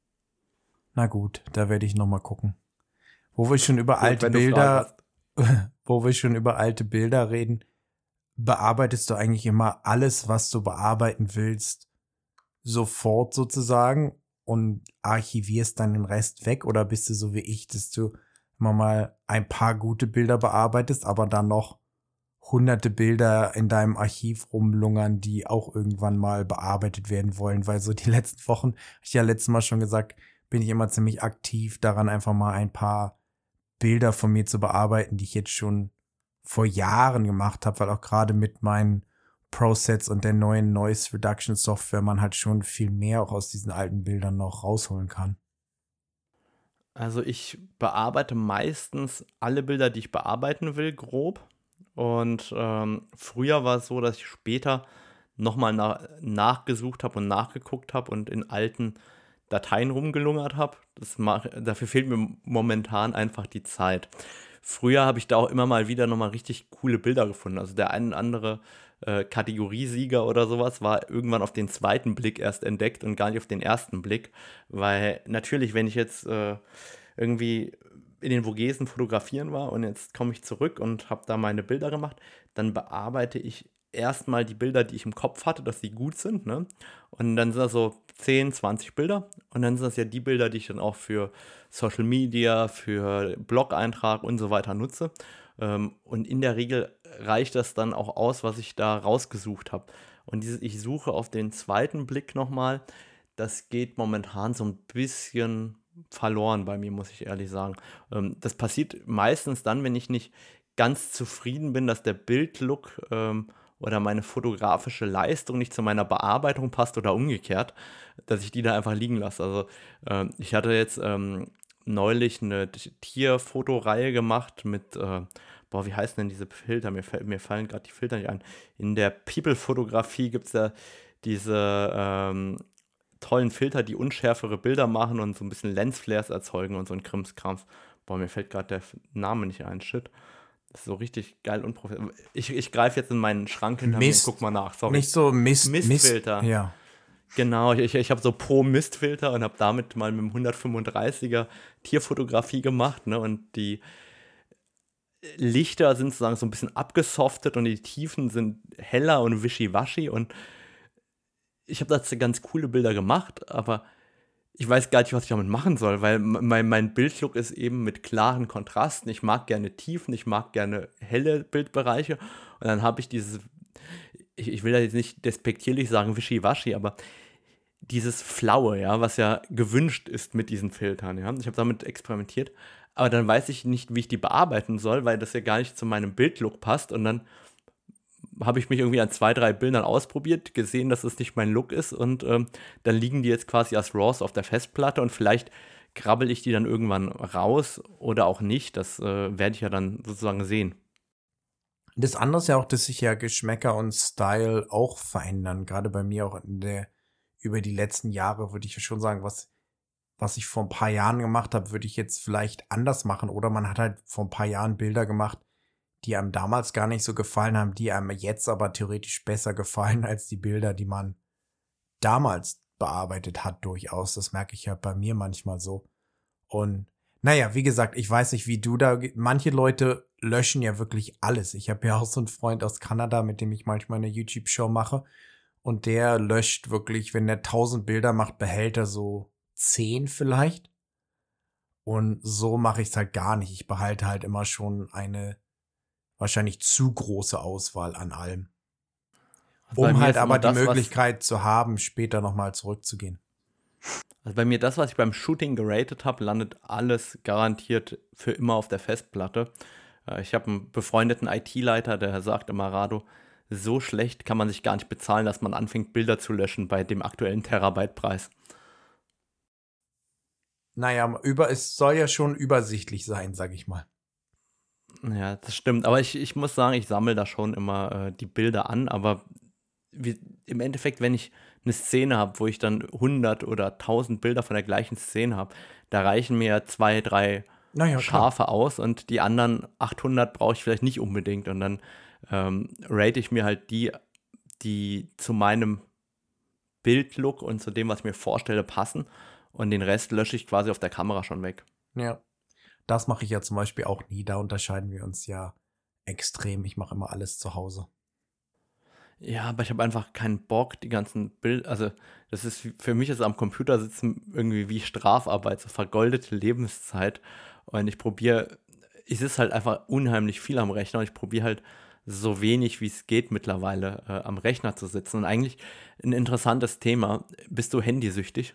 Na gut, da werde ich noch mal gucken. Wo wir schon über Gut, alte wenn du Fragen Bilder, hast. wo wir schon über alte Bilder reden, bearbeitest du eigentlich immer alles, was du bearbeiten willst, sofort sozusagen und archivierst dann den Rest weg? Oder bist du so wie ich, dass du immer mal ein paar gute Bilder bearbeitest, aber dann noch hunderte Bilder in deinem Archiv rumlungern, die auch irgendwann mal bearbeitet werden wollen? Weil so die letzten Wochen, hab ich ja letztes Mal schon gesagt, bin ich immer ziemlich aktiv daran, einfach mal ein paar Bilder von mir zu bearbeiten, die ich jetzt schon vor Jahren gemacht habe, weil auch gerade mit meinen Pro-Sets und der neuen Noise Reduction Software man halt schon viel mehr auch aus diesen alten Bildern noch rausholen kann. Also ich bearbeite meistens alle Bilder, die ich bearbeiten will, grob. Und ähm, früher war es so, dass ich später nochmal na nachgesucht habe und nachgeguckt habe und in alten Dateien rumgelungert habe. Das mach, dafür fehlt mir momentan einfach die Zeit. Früher habe ich da auch immer mal wieder nochmal richtig coole Bilder gefunden. Also der ein oder andere äh, Kategoriesieger oder sowas war irgendwann auf den zweiten Blick erst entdeckt und gar nicht auf den ersten Blick. Weil natürlich, wenn ich jetzt äh, irgendwie in den Vogesen fotografieren war und jetzt komme ich zurück und habe da meine Bilder gemacht, dann bearbeite ich erstmal die Bilder, die ich im Kopf hatte, dass die gut sind, ne? Und dann sind das so zehn, zwanzig Bilder. Und dann sind das ja die Bilder, die ich dann auch für Social Media, für Blog-Eintrag und so weiter nutze. Ähm, und in der Regel reicht das dann auch aus, was ich da rausgesucht habe. Und dieses, ich suche auf den zweiten Blick nochmal, das geht momentan so ein bisschen verloren bei mir, muss ich ehrlich sagen. Ähm, das passiert meistens dann, wenn ich nicht ganz zufrieden bin, dass der Bildlook ähm, oder meine fotografische Leistung nicht zu meiner Bearbeitung passt oder umgekehrt, dass ich die da einfach liegen lasse. Also ähm, ich hatte jetzt ähm, neulich eine T- Tierfotoreihe gemacht mit, äh, boah, wie heißen denn diese Filter? Mir, fäll- mir fallen gerade die Filter nicht ein. In der People-Fotografie gibt es ja diese ähm, tollen Filter, die unschärfere Bilder machen und so ein bisschen Lensflares erzeugen und so ein Krimskrams. Boah, mir fällt gerade der F- Name nicht ein, shit. Das ist so richtig geil unprofessionell. Ich, ich greife jetzt in meinen Schrank hinter mir und guck Mist. mal nach, sorry. Nicht so Mist, Mist. Mistfilter. Ja. Genau, ich, ich habe so Pro-Mistfilter und habe damit mal mit dem hundertfünfunddreißiger Tierfotografie gemacht, ne? Und die Lichter sind sozusagen so ein bisschen abgesoftet und die Tiefen sind heller und wischiwaschi. Und ich habe dazu ganz coole Bilder gemacht, aber ich weiß gar nicht, was ich damit machen soll, weil m- mein, mein Bildlook ist eben mit klaren Kontrasten. Ich mag gerne Tiefen, ich mag gerne helle Bildbereiche. Und dann habe ich dieses, ich, ich will da jetzt nicht despektierlich sagen, wischiwaschi, aber dieses Flaue, ja, was ja gewünscht ist mit diesen Filtern, ja. Ich habe damit experimentiert, aber dann weiß ich nicht, wie ich die bearbeiten soll, weil das ja gar nicht zu meinem Bildlook passt. Und dann habe ich mich irgendwie an zwei, drei Bildern ausprobiert, gesehen, dass es nicht mein Look ist und ähm, dann liegen die jetzt quasi als RAWs auf der Festplatte und vielleicht krabbel ich die dann irgendwann raus oder auch nicht. Das äh, werde ich ja dann sozusagen sehen. Das andere ist ja auch, dass sich ja Geschmäcker und Style auch verändern. Gerade bei mir auch in der, über die letzten Jahre würde ich ja schon sagen, was, was ich vor ein paar Jahren gemacht habe, würde ich jetzt vielleicht anders machen. Oder man hat halt vor ein paar Jahren Bilder gemacht, die einem damals gar nicht so gefallen haben, die einem jetzt aber theoretisch besser gefallen als die Bilder, die man damals bearbeitet hat, durchaus. Das merke ich ja bei mir manchmal so. Und naja, wie gesagt, ich weiß nicht, wie du da, manche Leute löschen ja wirklich alles. Ich habe ja auch so einen Freund aus Kanada, mit dem ich manchmal eine YouTube-Show mache. Und der löscht wirklich, wenn der tausend Bilder macht, behält er so zehn vielleicht. Und so mache ich es halt gar nicht. Ich behalte halt immer schon eine wahrscheinlich zu große Auswahl an allem. Also bei Um mir halt ist immer aber die das, was, Möglichkeit zu haben, später nochmal zurückzugehen. also bei mir das, was ich beim Shooting geratet habe, landet alles garantiert für immer auf der Festplatte. Äh, ich habe einen befreundeten I T-Leiter, der sagt immer, Rado, so schlecht kann man sich gar nicht bezahlen, dass man anfängt, Bilder zu löschen bei dem aktuellen Terabyte-Preis. Naja, über, es soll ja schon übersichtlich sein, sag ich mal. Ja, das stimmt. Aber ich, ich muss sagen, ich sammle da schon immer äh, die Bilder an. Aber wie, im Endeffekt, wenn ich eine Szene habe, wo ich dann hundert oder tausend Bilder von der gleichen Szene habe, da reichen mir zwei, drei Naja, klar. scharfe aus und die anderen achthundert brauche ich vielleicht nicht unbedingt. Und dann ähm, rate ich mir halt die, die zu meinem Bildlook und zu dem, was ich mir vorstelle, passen. Und den Rest lösche ich quasi auf der Kamera schon weg. Ja. Das mache ich ja zum Beispiel auch nie. Da unterscheiden wir uns ja extrem. Ich mache immer alles zu Hause. Ja, aber ich habe einfach keinen Bock, die ganzen Bilder, also das ist wie- für mich ist am Computer sitzen irgendwie wie Strafarbeit, so vergoldete Lebenszeit. Und ich probiere, ich sitze halt einfach unheimlich viel am Rechner und ich probiere halt so wenig wie es geht mittlerweile äh, am Rechner zu sitzen. Und eigentlich ein interessantes Thema. Bist du handysüchtig?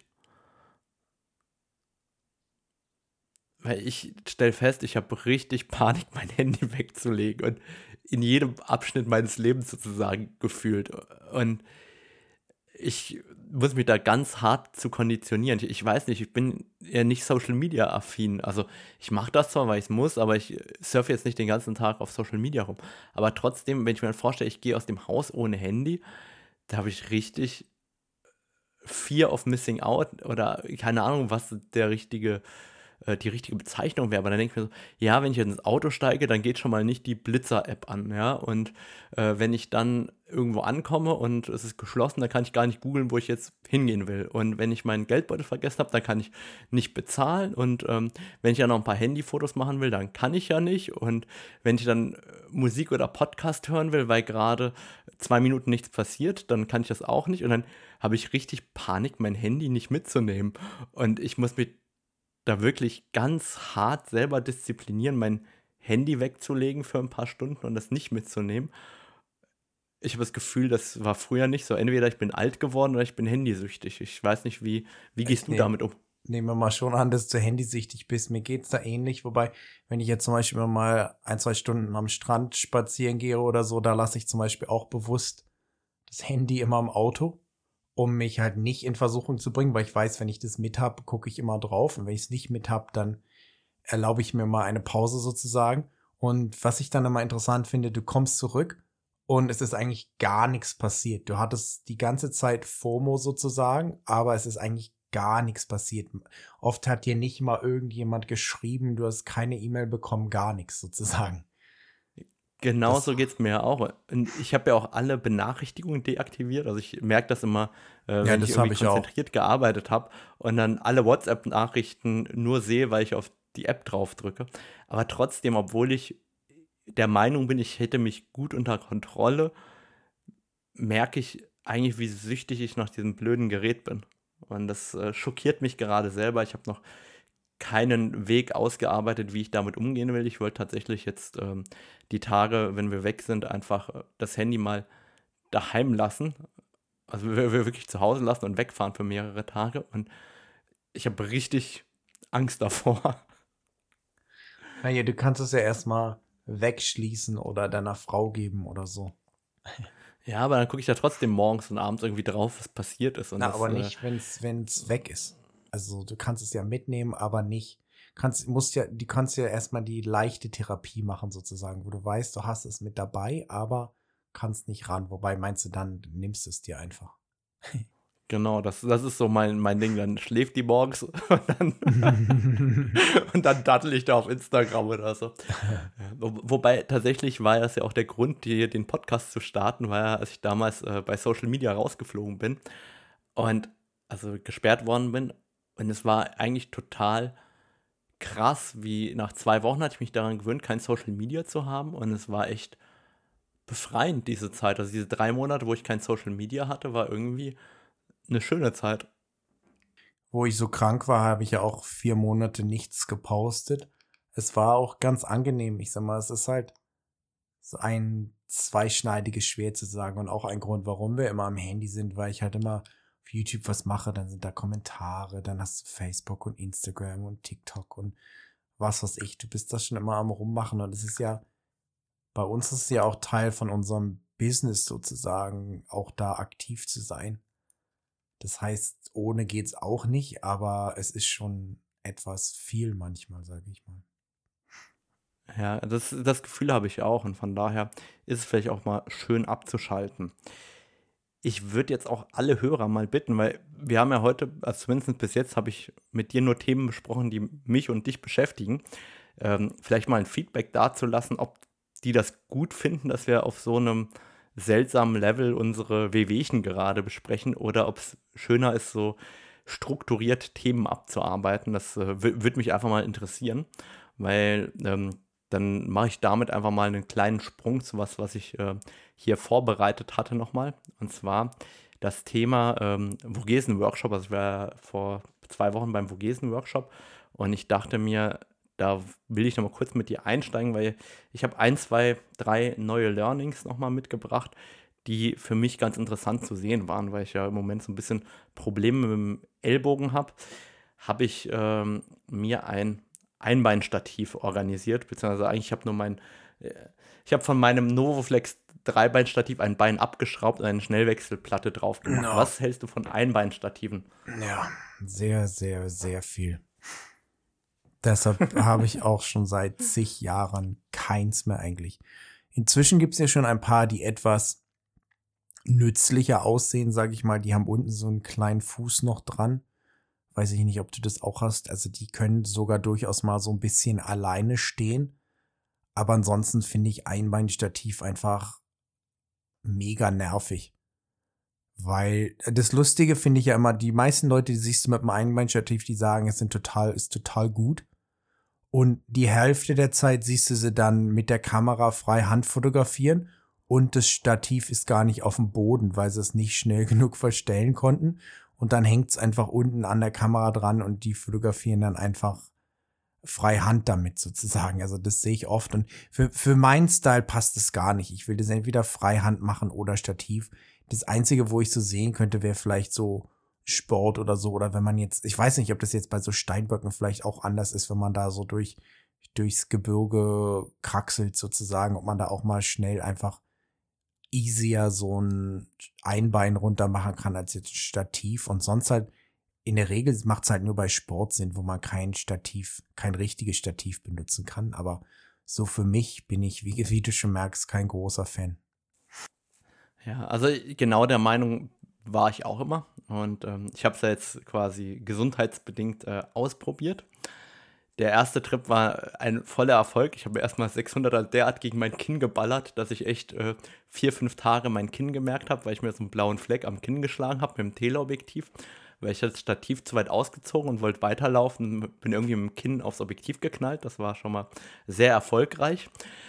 Weil ich stelle fest, ich habe richtig Panik, mein Handy wegzulegen und in jedem Abschnitt meines Lebens sozusagen gefühlt. Und ich muss mich da ganz hart zu konditionieren. Ich, ich weiß nicht, ich bin ja nicht Social Media affin. Also ich mache das zwar, weil ich es muss, aber ich surfe jetzt nicht den ganzen Tag auf Social Media rum. Aber trotzdem, wenn ich mir dann vorstelle, ich gehe aus dem Haus ohne Handy, da habe ich richtig Fear of Missing Out oder keine Ahnung, was der richtige äh, die richtige Bezeichnung wäre. Aber dann denke ich mir so, ja, wenn ich jetzt ins Auto steige, dann geht schon mal nicht die Blitzer-App an, ja. Und äh, wenn ich dann irgendwo ankomme und es ist geschlossen, dann kann ich gar nicht googeln, wo ich jetzt hingehen will. Und wenn ich meinen Geldbeutel vergessen habe, dann kann ich nicht bezahlen. Und ähm, wenn ich ja noch ein paar Handyfotos machen will, dann kann ich ja nicht. Und wenn ich dann äh, Musik oder Podcast hören will, weil gerade zwei Minuten nichts passiert, dann kann ich das auch nicht und dann habe ich richtig Panik, mein Handy nicht mitzunehmen. Und ich muss mich da wirklich ganz hart selber disziplinieren, mein Handy wegzulegen für ein paar Stunden und das nicht mitzunehmen. Ich habe das Gefühl, das war früher nicht so. Entweder ich bin alt geworden oder ich bin handysüchtig. Ich weiß nicht, wie, wie Ich gehst du nehme damit um? nehmen wir mal schon an, dass du handysüchtig bist. Mir geht's da ähnlich. Wobei, wenn ich jetzt zum Beispiel mal ein, zwei Stunden am Strand spazieren gehe oder so, da lasse ich zum Beispiel auch bewusst das Handy immer im Auto, um mich halt nicht in Versuchung zu bringen, weil ich weiß, wenn ich das mit hab, gucke ich immer drauf. Und wenn ich es nicht mit hab, dann erlaube ich mir mal eine Pause sozusagen. Und was ich dann immer interessant finde, du kommst zurück und es ist eigentlich gar nichts passiert. Du hattest die ganze Zeit FOMO sozusagen, aber es ist eigentlich gar nichts passiert. Oft hat dir nicht mal irgendjemand geschrieben, du hast keine E-Mail bekommen, gar nichts sozusagen. Genau Das, so geht es mir ja auch. Und ich habe ja auch alle Benachrichtigungen deaktiviert. Also ich merke das immer, äh, ja, wenn ich das habe irgendwie ich auch. konzentriert gearbeitet habe und dann alle WhatsApp-Nachrichten nur sehe, weil ich auf die App drauf drücke. Aber trotzdem, obwohl ich der Meinung bin, ich hätte mich gut unter Kontrolle, merke ich eigentlich, wie süchtig ich nach diesem blöden Gerät bin. Und das äh, schockiert mich gerade selber. Ich habe noch keinen Weg ausgearbeitet, wie ich damit umgehen will. Ich wollte tatsächlich jetzt ähm, die Tage, wenn wir weg sind, einfach äh, das Handy mal daheim lassen. Also wir, wir wirklich zu Hause lassen und wegfahren für mehrere Tage. Und ich habe richtig Angst davor. Naja, du kannst es ja erstmal wegschließen oder deiner Frau geben oder so. Ja, aber dann gucke ich ja trotzdem morgens und abends irgendwie drauf, was passiert ist. Und Na, das, aber äh, nicht, wenn es weg ist. Also du kannst es ja mitnehmen, aber nicht. Kannst, musst ja, du kannst ja erstmal die leichte Therapie machen, sozusagen, wo du weißt, du hast es mit dabei, aber kannst nicht ran. Wobei meinst du dann, du nimmst es dir einfach. genau, das, das ist so mein, mein Ding. Dann schläft die morgens und dann, und dann dattel ich da auf Instagram oder so. Wo, wobei tatsächlich war das ja auch der Grund, die, den Podcast zu starten, war ja, als ich damals äh, bei Social Media rausgeflogen bin und also gesperrt worden bin. Und es war eigentlich total krass, wie nach zwei Wochen hatte ich mich daran gewöhnt, kein Social Media zu haben. Und es war echt befreiend, diese Zeit. Also diese drei Monate, wo ich kein Social Media hatte, war irgendwie eine schöne Zeit. Wo ich so krank war, habe ich ja auch vier Monate nichts gepostet. Es war auch ganz angenehm. Ich sag mal, es ist halt so ein zweischneidiges Schwert zu sagen und auch ein Grund, warum wir immer am Handy sind, weil ich halt immer auf YouTube was mache, dann sind da Kommentare, dann hast du Facebook und Instagram und TikTok und was weiß ich. Du bist da schon immer am Rummachen und es ist ja, bei uns ist es ja auch Teil von unserem Business sozusagen, auch da aktiv zu sein. Das heißt, ohne geht's auch nicht, aber es ist schon etwas viel manchmal, sage ich mal. Ja, das, das Gefühl habe ich auch und von daher ist es vielleicht auch mal schön abzuschalten. Ich würde jetzt auch alle Hörer mal bitten, weil wir haben ja heute, also zumindest bis jetzt, habe ich mit dir nur Themen besprochen, die mich und dich beschäftigen. Ähm, vielleicht mal ein Feedback dazulassen, ob die das gut finden, dass wir auf so einem seltsamen Level unsere Wehwehchen gerade besprechen oder ob es schöner ist, so strukturiert Themen abzuarbeiten. Das äh, würde mich einfach mal interessieren, weil ähm, dann mache ich damit einfach mal einen kleinen Sprung zu was, was ich äh, hier vorbereitet hatte nochmal. Und zwar das Thema ähm, Vogesen-Workshop. Also ich war ja vor zwei Wochen beim Vogesen-Workshop und ich dachte mir, da will ich nochmal kurz mit dir einsteigen, weil ich habe ein, zwei, drei neue Learnings nochmal mitgebracht, die für mich ganz interessant zu sehen waren, weil ich ja im Moment so ein bisschen Probleme mit dem Ellbogen habe, habe ich ähm, mir ein Einbeinstativ organisiert, beziehungsweise eigentlich habe nur mein, äh, ich habe von meinem Novoflex Dreibeinstativ ein Bein abgeschraubt und eine Schnellwechselplatte drauf gemacht. No. Was hältst du von Einbeinstativen? Ja, sehr, sehr, sehr viel. Deshalb habe ich auch schon seit zig Jahren keins mehr eigentlich. Inzwischen gibt es ja schon ein paar, die etwas nützlicher aussehen, sage ich mal. Die haben unten so einen kleinen Fuß noch dran. Weiß ich nicht, ob du das auch hast. Also die können sogar durchaus mal so ein bisschen alleine stehen. Aber ansonsten finde ich Einbeinstativ einfach mega nervig. Weil das Lustige finde ich ja immer, die meisten Leute, die siehst du mit einem Einbeinstativ, die sagen, es sind total, ist total gut. Und die Hälfte der Zeit siehst du sie dann mit der Kamera frei Hand fotografieren und das Stativ ist gar nicht auf dem Boden, weil sie es nicht schnell genug verstellen konnten. Und dann hängt es einfach unten an der Kamera dran und die fotografieren dann einfach frei Hand damit sozusagen. Also das sehe ich oft. Und für, für meinen Style passt es gar nicht. Ich will das entweder Freihand machen oder Stativ. Das Einzige, wo ich so sehen könnte, wäre vielleicht so Sport oder so. Oder wenn man jetzt, ich weiß nicht, ob das jetzt bei so Steinböcken vielleicht auch anders ist, wenn man da so durch durchs Gebirge kraxelt sozusagen, ob man da auch mal schnell einfach easier so ein Einbein runter machen kann als jetzt ein Stativ. Und sonst halt in der Regel macht es halt nur bei Sport Sinn, wo man kein Stativ, kein richtiges Stativ benutzen kann. Aber so für mich bin ich, wie, wie du schon merkst, kein großer Fan. Ja, also genau der Meinung war ich auch immer. Und ähm, ich habe es ja jetzt quasi gesundheitsbedingt äh, ausprobiert. Der erste Trip war ein voller Erfolg. Ich habe mir erstmal sechshunderter derart gegen mein Kinn geballert, dass ich echt äh, vier, fünf Tage mein Kinn gemerkt habe, weil ich mir so einen blauen Fleck am Kinn geschlagen habe mit dem Teleobjektiv, weil ich das Stativ zu weit ausgezogen und wollte weiterlaufen. Bin irgendwie mit dem Kinn aufs Objektiv geknallt. Das war schon mal sehr erfolgreich.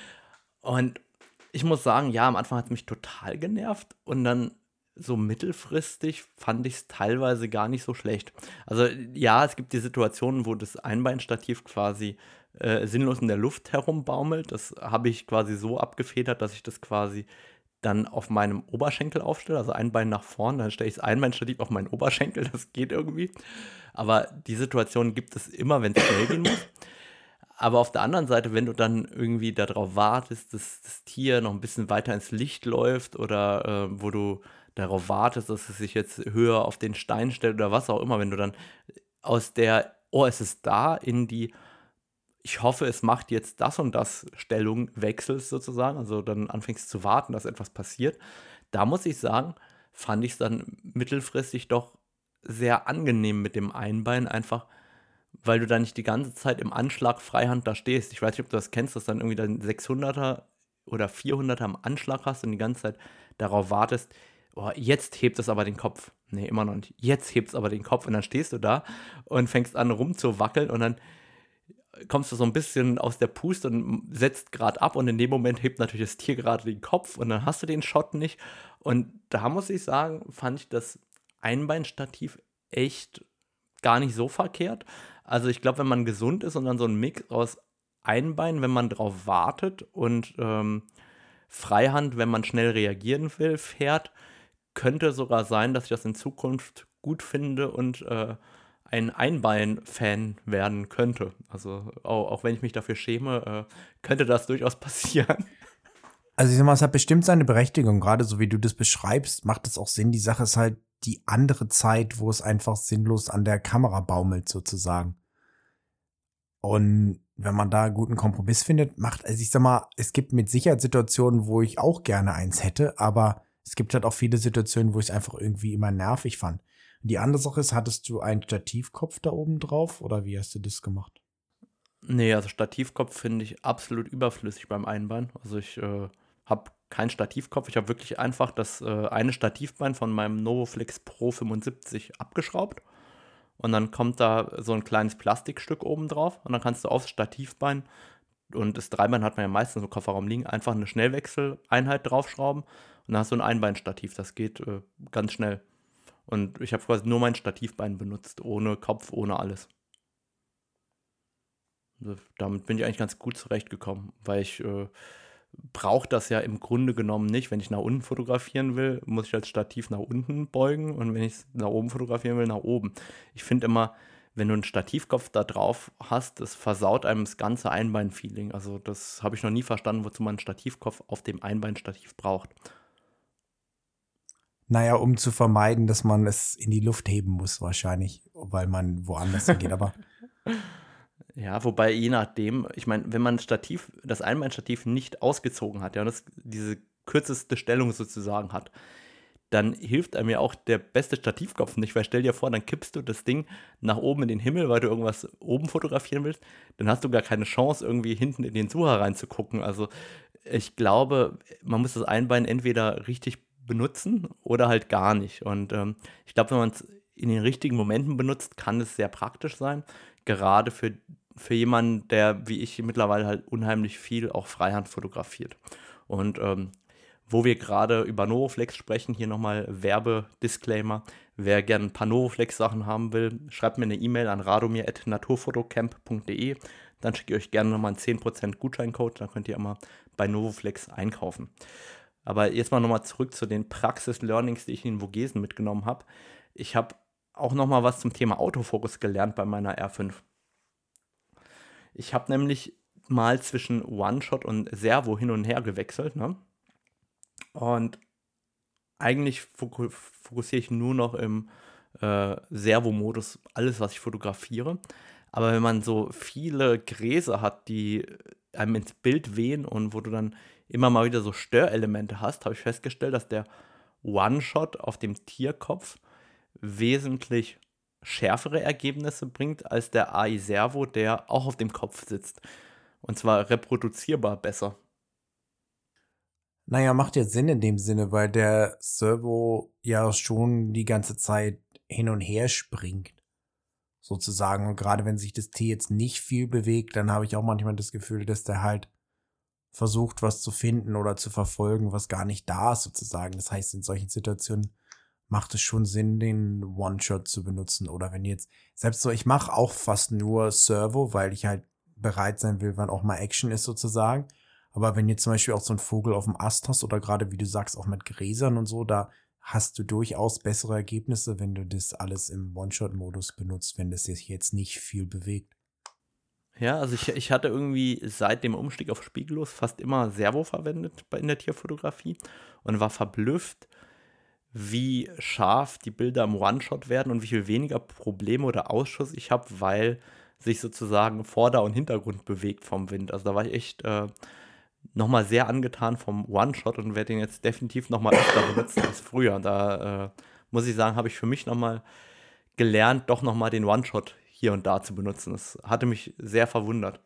Und ich muss sagen, ja, am Anfang hat es mich total genervt und dann so mittelfristig fand ich es teilweise gar nicht so schlecht. Also ja, es gibt die Situationen, wo das Einbeinstativ quasi äh, sinnlos in der Luft herumbaumelt. Das habe ich quasi so abgefedert, dass ich das quasi dann auf meinem Oberschenkel aufstelle, also ein Bein nach vorn, dann stelle ich das Einbeinstativ auf meinen Oberschenkel, das geht irgendwie. Aber die Situation gibt es immer, wenn es schnell gehen muss. Aber auf der anderen Seite, wenn du dann irgendwie darauf wartest, dass das Tier noch ein bisschen weiter ins Licht läuft oder äh, wo du darauf wartest, dass es sich jetzt höher auf den Stein stellt oder was auch immer, wenn du dann aus der, oh, es ist da, in die, ich hoffe, es macht jetzt das und das Stellung wechselst sozusagen, also dann anfängst zu warten, dass etwas passiert, da muss ich sagen, fand ich es dann mittelfristig doch sehr angenehm mit dem Einbein, einfach weil du da nicht die ganze Zeit im Anschlag Freihand da stehst. Ich weiß nicht, ob du das kennst, dass dann irgendwie dein sechshunderter oder vierhunderter am Anschlag hast und die ganze Zeit darauf wartest, oh, jetzt hebt es aber den Kopf. Nee, immer noch nicht. Jetzt hebt es aber den Kopf und dann stehst du da und fängst an rumzuwackeln und dann kommst du so ein bisschen aus der Puste und setzt gerade ab und in dem Moment hebt natürlich das Tier gerade den Kopf und dann hast du den Shot nicht. Und da muss ich sagen, fand ich das Einbeinstativ echt gar nicht so verkehrt. Also ich glaube, wenn man gesund ist und dann so ein Mix aus Einbein, wenn man drauf wartet und ähm, Freihand, wenn man schnell reagieren will, fährt, könnte sogar sein, dass ich das in Zukunft gut finde und äh, ein Einbein-Fan werden könnte. Also auch, auch wenn ich mich dafür schäme, äh, könnte das durchaus passieren. Also ich sag mal, es hat bestimmt seine Berechtigung, gerade so wie du das beschreibst, macht es auch Sinn. Die Sache ist halt die andere Zeit, wo es einfach sinnlos an der Kamera baumelt sozusagen. Und wenn man da einen guten Kompromiss findet, macht, also ich sag mal, es gibt mit Sicherheit Situationen, wo ich auch gerne eins hätte, aber es gibt halt auch viele Situationen, wo ich es einfach irgendwie immer nervig fand. Und die andere Sache ist, hattest du einen Stativkopf da oben drauf oder wie hast du das gemacht? Nee, also Stativkopf finde ich absolut überflüssig beim Einbein. Also ich äh, habe keinen Stativkopf. Ich habe wirklich einfach das äh, eine Stativbein von meinem Novoflex Pro fünfundsiebzig abgeschraubt. Und dann kommt da so ein kleines Plastikstück oben drauf. Und dann kannst du aufs Stativbein, und das Dreibein hat man ja meistens im Kofferraum liegen, einfach eine Schnellwechseleinheit draufschrauben. Und dann hast du ein Einbeinstativ. Das geht äh, ganz schnell. Und ich habe quasi nur mein Stativbein benutzt, ohne Kopf, ohne alles. Also damit bin ich eigentlich ganz gut zurechtgekommen, weil ich äh, brauche das ja im Grunde genommen nicht. Wenn ich nach unten fotografieren will, muss ich als Stativ nach unten beugen und wenn ich es nach oben fotografieren will, nach oben. Ich finde immer, wenn du einen Stativkopf da drauf hast, das versaut einem das ganze Einbein-Feeling. Also das habe ich noch nie verstanden, wozu man einen Stativkopf auf dem Einbeinstativ braucht. Naja, um zu vermeiden, dass man es in die Luft heben muss wahrscheinlich, weil man woanders hingeht, aber Ja, wobei je nachdem, ich meine, wenn man das Stativ, das Einbeinstativ nicht ausgezogen hat, ja, und das diese kürzeste Stellung sozusagen hat, dann hilft einem ja auch der beste Stativkopf nicht, weil stell dir vor, dann kippst du das Ding nach oben in den Himmel, weil du irgendwas oben fotografieren willst, dann hast du gar keine Chance, irgendwie hinten in den Sucher reinzugucken. Also ich glaube, man muss das Einbein entweder richtig benutzen oder halt gar nicht. Und ähm, ich glaube, wenn man es in den richtigen Momenten benutzt, kann es sehr praktisch sein, gerade für, für jemanden, der wie ich mittlerweile halt unheimlich viel auch Freihand fotografiert. Und ähm, Wo wir gerade über Novoflex sprechen, hier nochmal Werbedisclaimer. Wer gerne ein paar Novoflex-Sachen haben will, schreibt mir eine E-Mail an radomir at naturfotocamp punkt de. Dann schicke ich euch gerne nochmal einen zehn Prozent Gutscheincode. Dann könnt ihr immer bei Novoflex einkaufen. Aber jetzt mal nochmal zurück zu den Praxis-Learnings, die ich in Vogesen mitgenommen habe. Ich habe auch nochmal was zum Thema Autofokus gelernt bei meiner R fünf. Ich habe nämlich mal zwischen One-Shot und Servo hin und her gewechselt, ne? Und eigentlich foku- fokussiere ich nur noch im äh, Servo-Modus alles, was ich fotografiere. Aber wenn man so viele Gräser hat, die einem ins Bild wehen und wo du dann immer mal wieder so Störelemente hast, habe ich festgestellt, dass der One-Shot auf dem Tierkopf wesentlich schärfere Ergebnisse bringt als der A I Servo, der auch auf dem Kopf sitzt. Und zwar reproduzierbar besser. Naja, macht ja Sinn in dem Sinne, weil der Servo ja schon die ganze Zeit hin und her springt, sozusagen. Und gerade wenn sich das Tier jetzt nicht viel bewegt, dann habe ich auch manchmal das Gefühl, dass der halt versucht, was zu finden oder zu verfolgen, was gar nicht da ist, sozusagen. Das heißt, in solchen Situationen macht es schon Sinn, den One-Shot zu benutzen. Oder wenn jetzt, selbst so, ich mache auch fast nur Servo, weil ich halt bereit sein will, wann auch mal Action ist, sozusagen. Aber wenn ihr zum Beispiel auch so einen Vogel auf dem Ast hast oder gerade, wie du sagst, auch mit Gräsern und so, da hast du durchaus bessere Ergebnisse, wenn du das alles im One-Shot-Modus benutzt, wenn das sich jetzt nicht viel bewegt. Ja, also ich, ich hatte irgendwie seit dem Umstieg auf Spiegellos fast immer Servo verwendet bei- in der Tierfotografie und war verblüfft, wie scharf die Bilder im One-Shot werden und wie viel weniger Probleme oder Ausschuss ich habe, weil sich sozusagen Vorder- und Hintergrund bewegt vom Wind. Also da war ich echt äh, nochmal sehr angetan vom One-Shot und werde den jetzt definitiv nochmal öfter benutzen als früher. Da äh, muss ich sagen, habe ich für mich nochmal gelernt, doch nochmal den One-Shot hier und da zu benutzen. Das hatte mich sehr verwundert.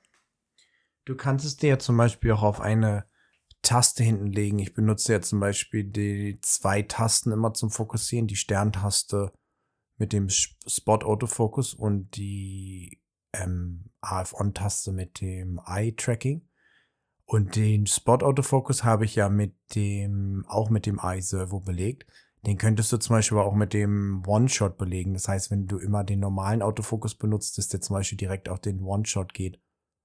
Du kannst es dir ja zum Beispiel auch auf eine Taste hinten legen. Ich benutze ja zum Beispiel die zwei Tasten immer zum Fokussieren, die Sterntaste mit dem Sp- Spot Autofocus und die ähm, A F-On-Taste mit dem Eye-Tracking. Und den Spot Autofocus habe ich ja mit dem, auch mit dem Eye-Servo belegt. Den könntest du zum Beispiel auch mit dem One-Shot belegen. Das heißt, wenn du immer den normalen Autofokus benutzt, dass der zum Beispiel direkt auf den One-Shot geht.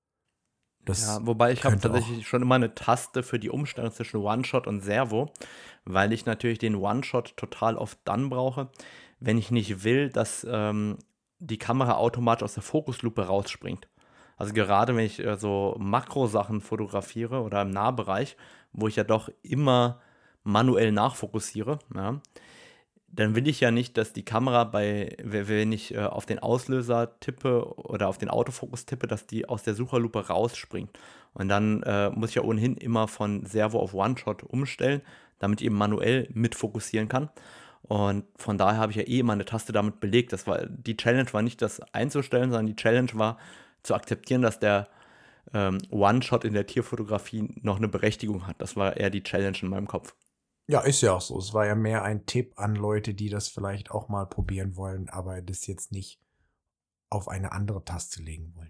Das Ja, wobei ich habe könnte auch. tatsächlich schon immer eine Taste für die Umstellung zwischen One-Shot und Servo, weil ich natürlich den One-Shot total oft dann brauche, wenn ich nicht will, dass ähm, die Kamera automatisch aus der Fokuslupe rausspringt. Also gerade wenn ich äh, so Makrosachen fotografiere oder im Nahbereich, wo ich ja doch immer manuell nachfokussiere, ja, dann will ich ja nicht, dass die Kamera bei, we- wenn ich äh, auf den Auslöser tippe oder auf den Autofokus tippe, dass die aus der Sucherlupe rausspringt. Und dann äh, muss ich ja ohnehin immer von Servo auf One-Shot umstellen, damit ich eben manuell mitfokussieren kann. Und von daher habe ich ja eh immer eine Taste damit belegt. Das war, die Challenge war nicht, das einzustellen, sondern die Challenge war zu akzeptieren, dass der ähm, One-Shot in der Tierfotografie noch eine Berechtigung hat. Das war eher die Challenge in meinem Kopf. Ja, ist ja auch so. Es war ja mehr ein Tipp an Leute, die das vielleicht auch mal probieren wollen, aber das jetzt nicht auf eine andere Taste legen wollen.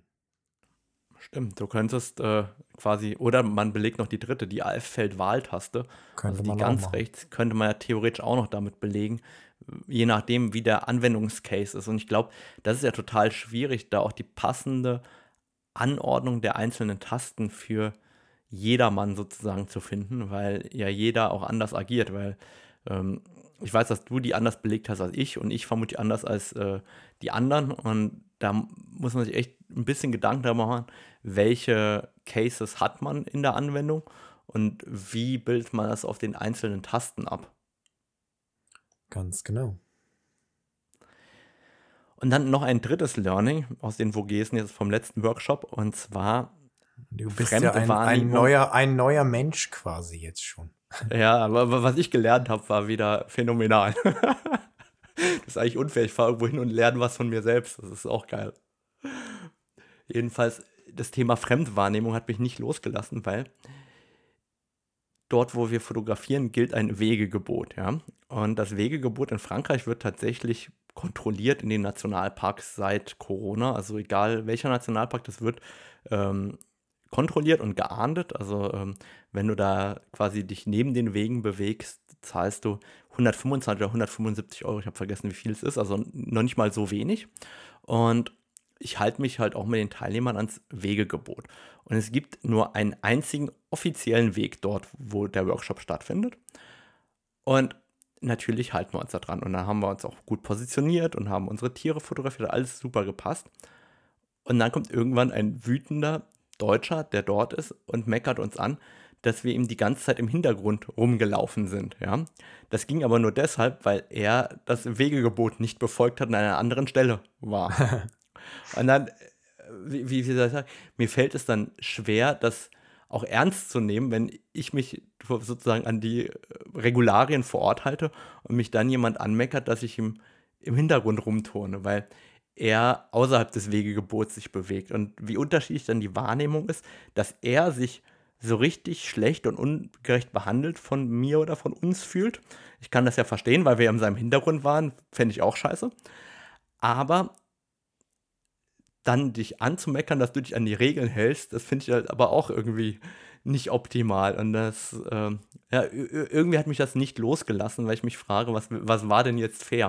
Stimmt, du könntest äh, quasi, oder man belegt noch die dritte, die A F-Feld-Wahltaste, Könnte also die man auch ganz machen. rechts, könnte man ja theoretisch auch noch damit belegen, je nachdem, wie der Anwendungscase ist. Und ich glaube, das ist ja total schwierig, da auch die passende Anordnung der einzelnen Tasten für jedermann sozusagen zu finden, weil ja jeder auch anders agiert, weil ähm, ich weiß, dass du die anders belegt hast als ich und ich vermutlich anders als äh, die anderen und da muss man sich echt ein bisschen Gedanken darüber machen, welche Cases hat man in der Anwendung und wie bildet man das auf den einzelnen Tasten ab. Ganz genau. Und dann noch ein drittes Learning aus den Vogesen jetzt vom letzten Workshop und zwar Du bist ja ein, ein Fremdwahrnehmung. neuer, ein neuer Mensch quasi jetzt schon. Ja, aber was ich gelernt habe, war wieder phänomenal. Das ist eigentlich unfair. Ich fahre irgendwo hin und lerne was von mir selbst. Das ist auch geil. Jedenfalls, das Thema Fremdwahrnehmung hat mich nicht losgelassen, weil dort, wo wir fotografieren, gilt ein Wegegebot. Ja? Und das Wegegebot in Frankreich wird tatsächlich kontrolliert in den Nationalparks seit Corona. Also egal welcher Nationalpark das wird, ähm, kontrolliert und geahndet. Also ähm, wenn du da quasi dich neben den Wegen bewegst, zahlst du hundertfünfundzwanzig oder hundertfünfundsiebzig Euro. Ich habe vergessen, wie viel es ist. Also noch nicht mal so wenig. Und ich halte mich halt auch mit den Teilnehmern ans Wegegebot. Und es gibt nur einen einzigen offiziellen Weg dort, wo der Workshop stattfindet. Und natürlich halten wir uns da dran. Und dann haben wir uns auch gut positioniert und haben unsere Tiere fotografiert. Alles super gepasst. Und dann kommt irgendwann ein wütender Deutscher, der dort ist und meckert uns an, dass wir ihm die ganze Zeit im Hintergrund rumgelaufen sind. Ja? Das ging aber nur deshalb, weil er das Wegegebot nicht befolgt hat und an einer anderen Stelle war. Und dann, äh, wie, wie soll ich sagen, mir fällt es dann schwer, das auch ernst zu nehmen, wenn ich mich sozusagen an die äh, Regularien vor Ort halte und mich dann jemand anmeckert, dass ich ihm im Hintergrund rumturne, weil er außerhalb des Wegegebots sich bewegt. Und wie unterschiedlich dann die Wahrnehmung ist, dass er sich so richtig schlecht und ungerecht behandelt von mir oder von uns fühlt. Ich kann das ja verstehen, weil wir in seinem Hintergrund waren, fände ich auch scheiße. Aber dann dich anzumeckern, dass du dich an die Regeln hältst, das finde ich halt aber auch irgendwie nicht optimal. Und das, ähm, ja, irgendwie hat mich das nicht losgelassen, weil ich mich frage, was, was war denn jetzt fair?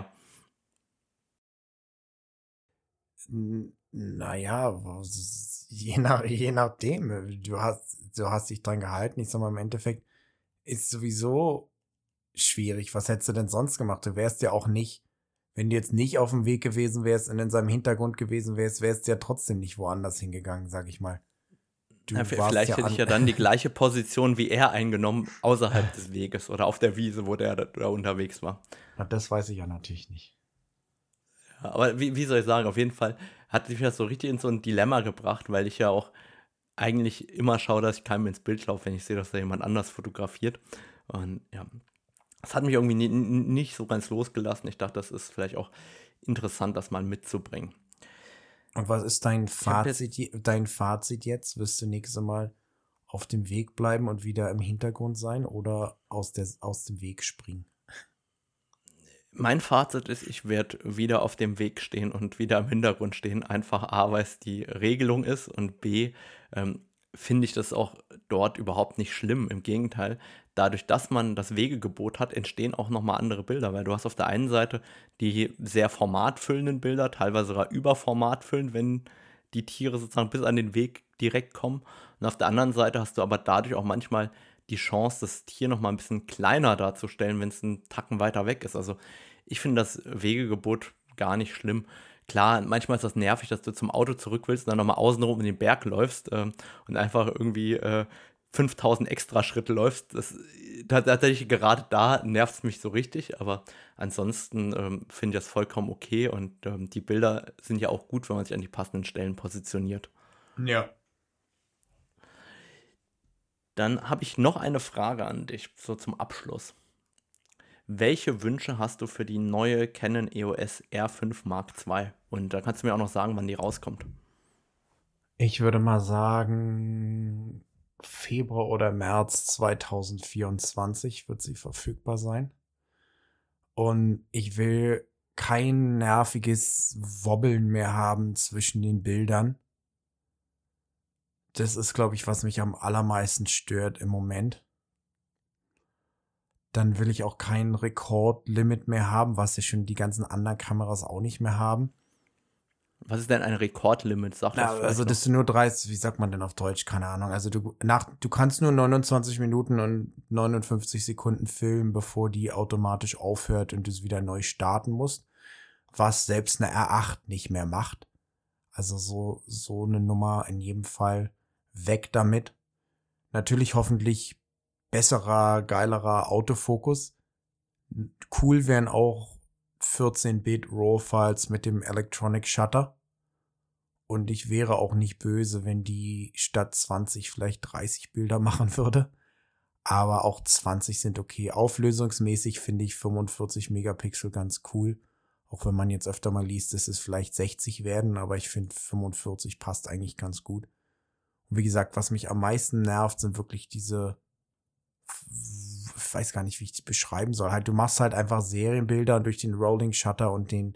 Naja, je, nach, je nachdem. Du hast, du hast dich dran gehalten. Ich sag mal, im Endeffekt ist sowieso schwierig. Was hättest du denn sonst gemacht? Du wärst ja auch nicht, wenn du jetzt nicht auf dem Weg gewesen wärst und in seinem Hintergrund gewesen wärst, wärst du ja trotzdem nicht woanders hingegangen, sag ich mal. Du Ja, warst vielleicht ja hätte ich ja dann die gleiche Position wie er eingenommen, außerhalb des Weges oder auf der Wiese, wo der da, da unterwegs war. Na, das weiß ich ja natürlich nicht. Ja, aber wie, wie soll ich sagen, auf jeden Fall hat sich das so richtig in so ein Dilemma gebracht, weil ich ja auch eigentlich immer schaue, dass ich keinem ins Bild laufe, wenn ich sehe, dass da jemand anders fotografiert. Und ja, das hat mich irgendwie ni- ni- nicht so ganz losgelassen. Ich dachte, das ist vielleicht auch interessant, das mal mitzubringen. Und was ist dein Ich habe jetzt, Fazit, je- dein Fazit jetzt? Wirst du nächstes Mal auf dem Weg bleiben und wieder im Hintergrund sein oder aus, der, aus dem Weg springen? mein Fazit ist, ich werde wieder auf dem Weg stehen und wieder im Hintergrund stehen. Einfach A, weil es die Regelung ist und B, ähm, finde ich das auch dort überhaupt nicht schlimm. Im Gegenteil, dadurch, dass man das Wegegebot hat, entstehen auch nochmal andere Bilder, weil du hast auf der einen Seite die sehr formatfüllenden Bilder, teilweise sogar überformatfüllend, wenn die Tiere sozusagen bis an den Weg direkt kommen. Und auf der anderen Seite hast du aber dadurch auch manchmal die Chance, das Tier nochmal ein bisschen kleiner darzustellen, wenn es einen Tacken weiter weg ist. Also ich finde das Wegegebot gar nicht schlimm. Klar, manchmal ist das nervig, dass du zum Auto zurück willst und dann nochmal außenrum in den Berg läufst ähm, und einfach irgendwie äh, fünftausend extra Schritte läufst. Das, tatsächlich gerade da nervt es mich so richtig, aber ansonsten ähm, finde ich das vollkommen okay und ähm, die Bilder sind ja auch gut, wenn man sich an die passenden Stellen positioniert. Ja. Dann habe ich noch eine Frage an dich, so zum Abschluss. Welche Wünsche hast du für die neue Canon E O S R fünf Mark zwei? Und da kannst du mir auch noch sagen, wann die rauskommt. Ich würde mal sagen, Februar oder März zwanzig vierundzwanzig wird sie verfügbar sein. Und ich will kein nerviges Wobbeln mehr haben zwischen den Bildern. Das ist, glaube ich, was mich am allermeisten stört im Moment. Dann will ich auch kein Rekordlimit mehr haben, was ja schon die ganzen anderen Kameras auch nicht mehr haben. Was ist denn ein Rekordlimit? Sag das Na, vielleicht also, noch. dass du nur dreißig, wie sagt man denn auf Deutsch? Keine Ahnung. Also, du, nach, du kannst nur neunundzwanzig Minuten und neunundfünfzig Sekunden filmen, bevor die automatisch aufhört und du es wieder neu starten musst. Was selbst eine R acht nicht mehr macht. Also, so, so eine Nummer in jedem Fall weg damit. Natürlich hoffentlich besserer, geilerer Autofokus. Cool wären auch vierzehn Bit RAW-Files mit dem Electronic Shutter. Und ich wäre auch nicht böse, wenn die statt zwanzig vielleicht dreißig Bilder machen würde. Aber auch zwanzig sind okay. Auflösungsmäßig finde ich fünfundvierzig Megapixel ganz cool. Auch wenn man jetzt öfter mal liest, dass es vielleicht sechzig werden. Aber ich finde fünfundvierzig passt eigentlich ganz gut. Und wie gesagt, was mich am meisten nervt, sind wirklich diese, ich weiß gar nicht, wie ich das beschreiben soll. Halt, du machst halt einfach Serienbilder durch den Rolling Shutter und den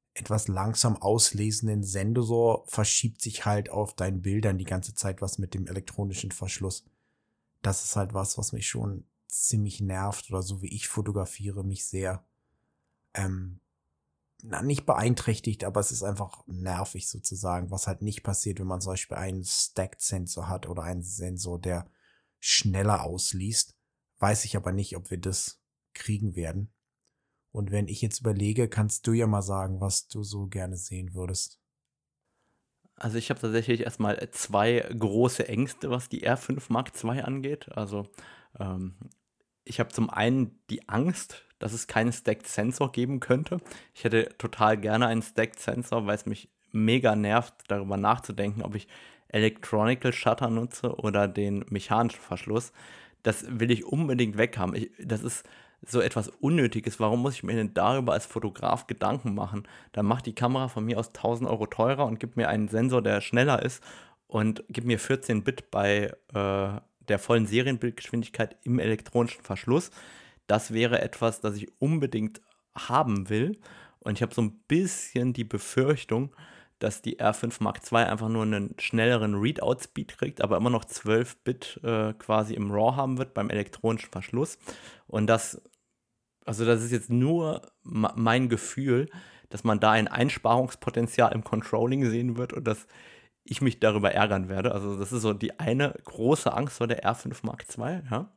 etwas langsam auslesenden Sensor verschiebt sich halt auf deinen Bildern die ganze Zeit was mit dem elektronischen Verschluss. Das ist halt was, was mich schon ziemlich nervt oder so wie ich fotografiere, mich sehr ähm, na, nicht beeinträchtigt, aber es ist einfach nervig sozusagen, was halt nicht passiert, wenn man zum Beispiel einen Stacked-Sensor hat oder einen Sensor, der schneller ausliest. Weiß ich aber nicht, ob wir das kriegen werden. Und wenn ich jetzt überlege, kannst du ja mal sagen, was du so gerne sehen würdest. Also ich habe tatsächlich erstmal zwei große Ängste, was die R fünf Mark zwei angeht. Also ähm, ich habe zum einen die Angst, dass es keinen Stacked Sensor geben könnte. Ich hätte total gerne einen Stacked Sensor, weil es mich mega nervt, darüber nachzudenken, ob ich Electronical Shutter nutze oder den mechanischen Verschluss. Das will ich unbedingt weghaben. Ich, das ist so etwas Unnötiges. Warum muss ich mir denn darüber als Fotograf Gedanken machen? Dann macht die Kamera von mir aus tausend Euro teurer und gibt mir einen Sensor, der schneller ist und gibt mir vierzehn Bit bei äh, der vollen Serienbildgeschwindigkeit im elektronischen Verschluss. Das wäre etwas, das ich unbedingt haben will. Und ich habe so ein bisschen die Befürchtung, dass die R fünf Mark zwei einfach nur einen schnelleren Readout-Speed kriegt, aber immer noch zwölf Bit äh, quasi im RAW haben wird beim elektronischen Verschluss. Und das, also das ist jetzt nur ma- mein Gefühl, dass man da ein Einsparungspotenzial im Controlling sehen wird und dass ich mich darüber ärgern werde. Also das ist so die eine große Angst vor der R fünf Mark zwei, ja.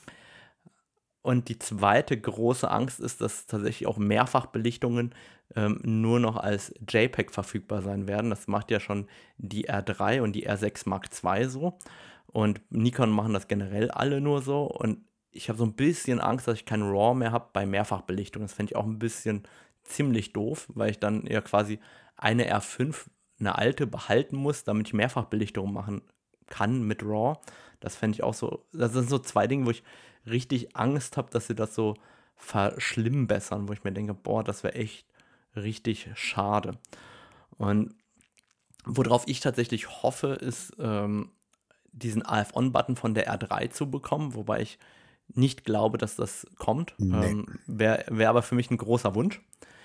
Und die zweite große Angst ist, dass tatsächlich auch Mehrfachbelichtungen ähm, nur noch als JPEG verfügbar sein werden. Das macht ja schon die R drei und die R sechs Mark zwei so. Und Nikon machen das generell alle nur so. Und ich habe so ein bisschen Angst, dass ich kein RAW mehr habe bei Mehrfachbelichtung. Das fände ich auch ein bisschen ziemlich doof, weil ich dann ja quasi eine R fünf, eine alte, behalten muss, damit ich Mehrfachbelichtung machen kann mit RAW. Das fände ich auch so, das sind so zwei Dinge, wo ich richtig Angst habe, dass sie das so verschlimmbessern, wo ich mir denke, boah, das wäre echt richtig schade. Und worauf ich tatsächlich hoffe, ist, ähm, diesen A F-On-Button von der R drei zu bekommen, wobei ich nicht glaube, dass das kommt. Nee. Ähm, wäre wär aber für mich ein großer Wunsch.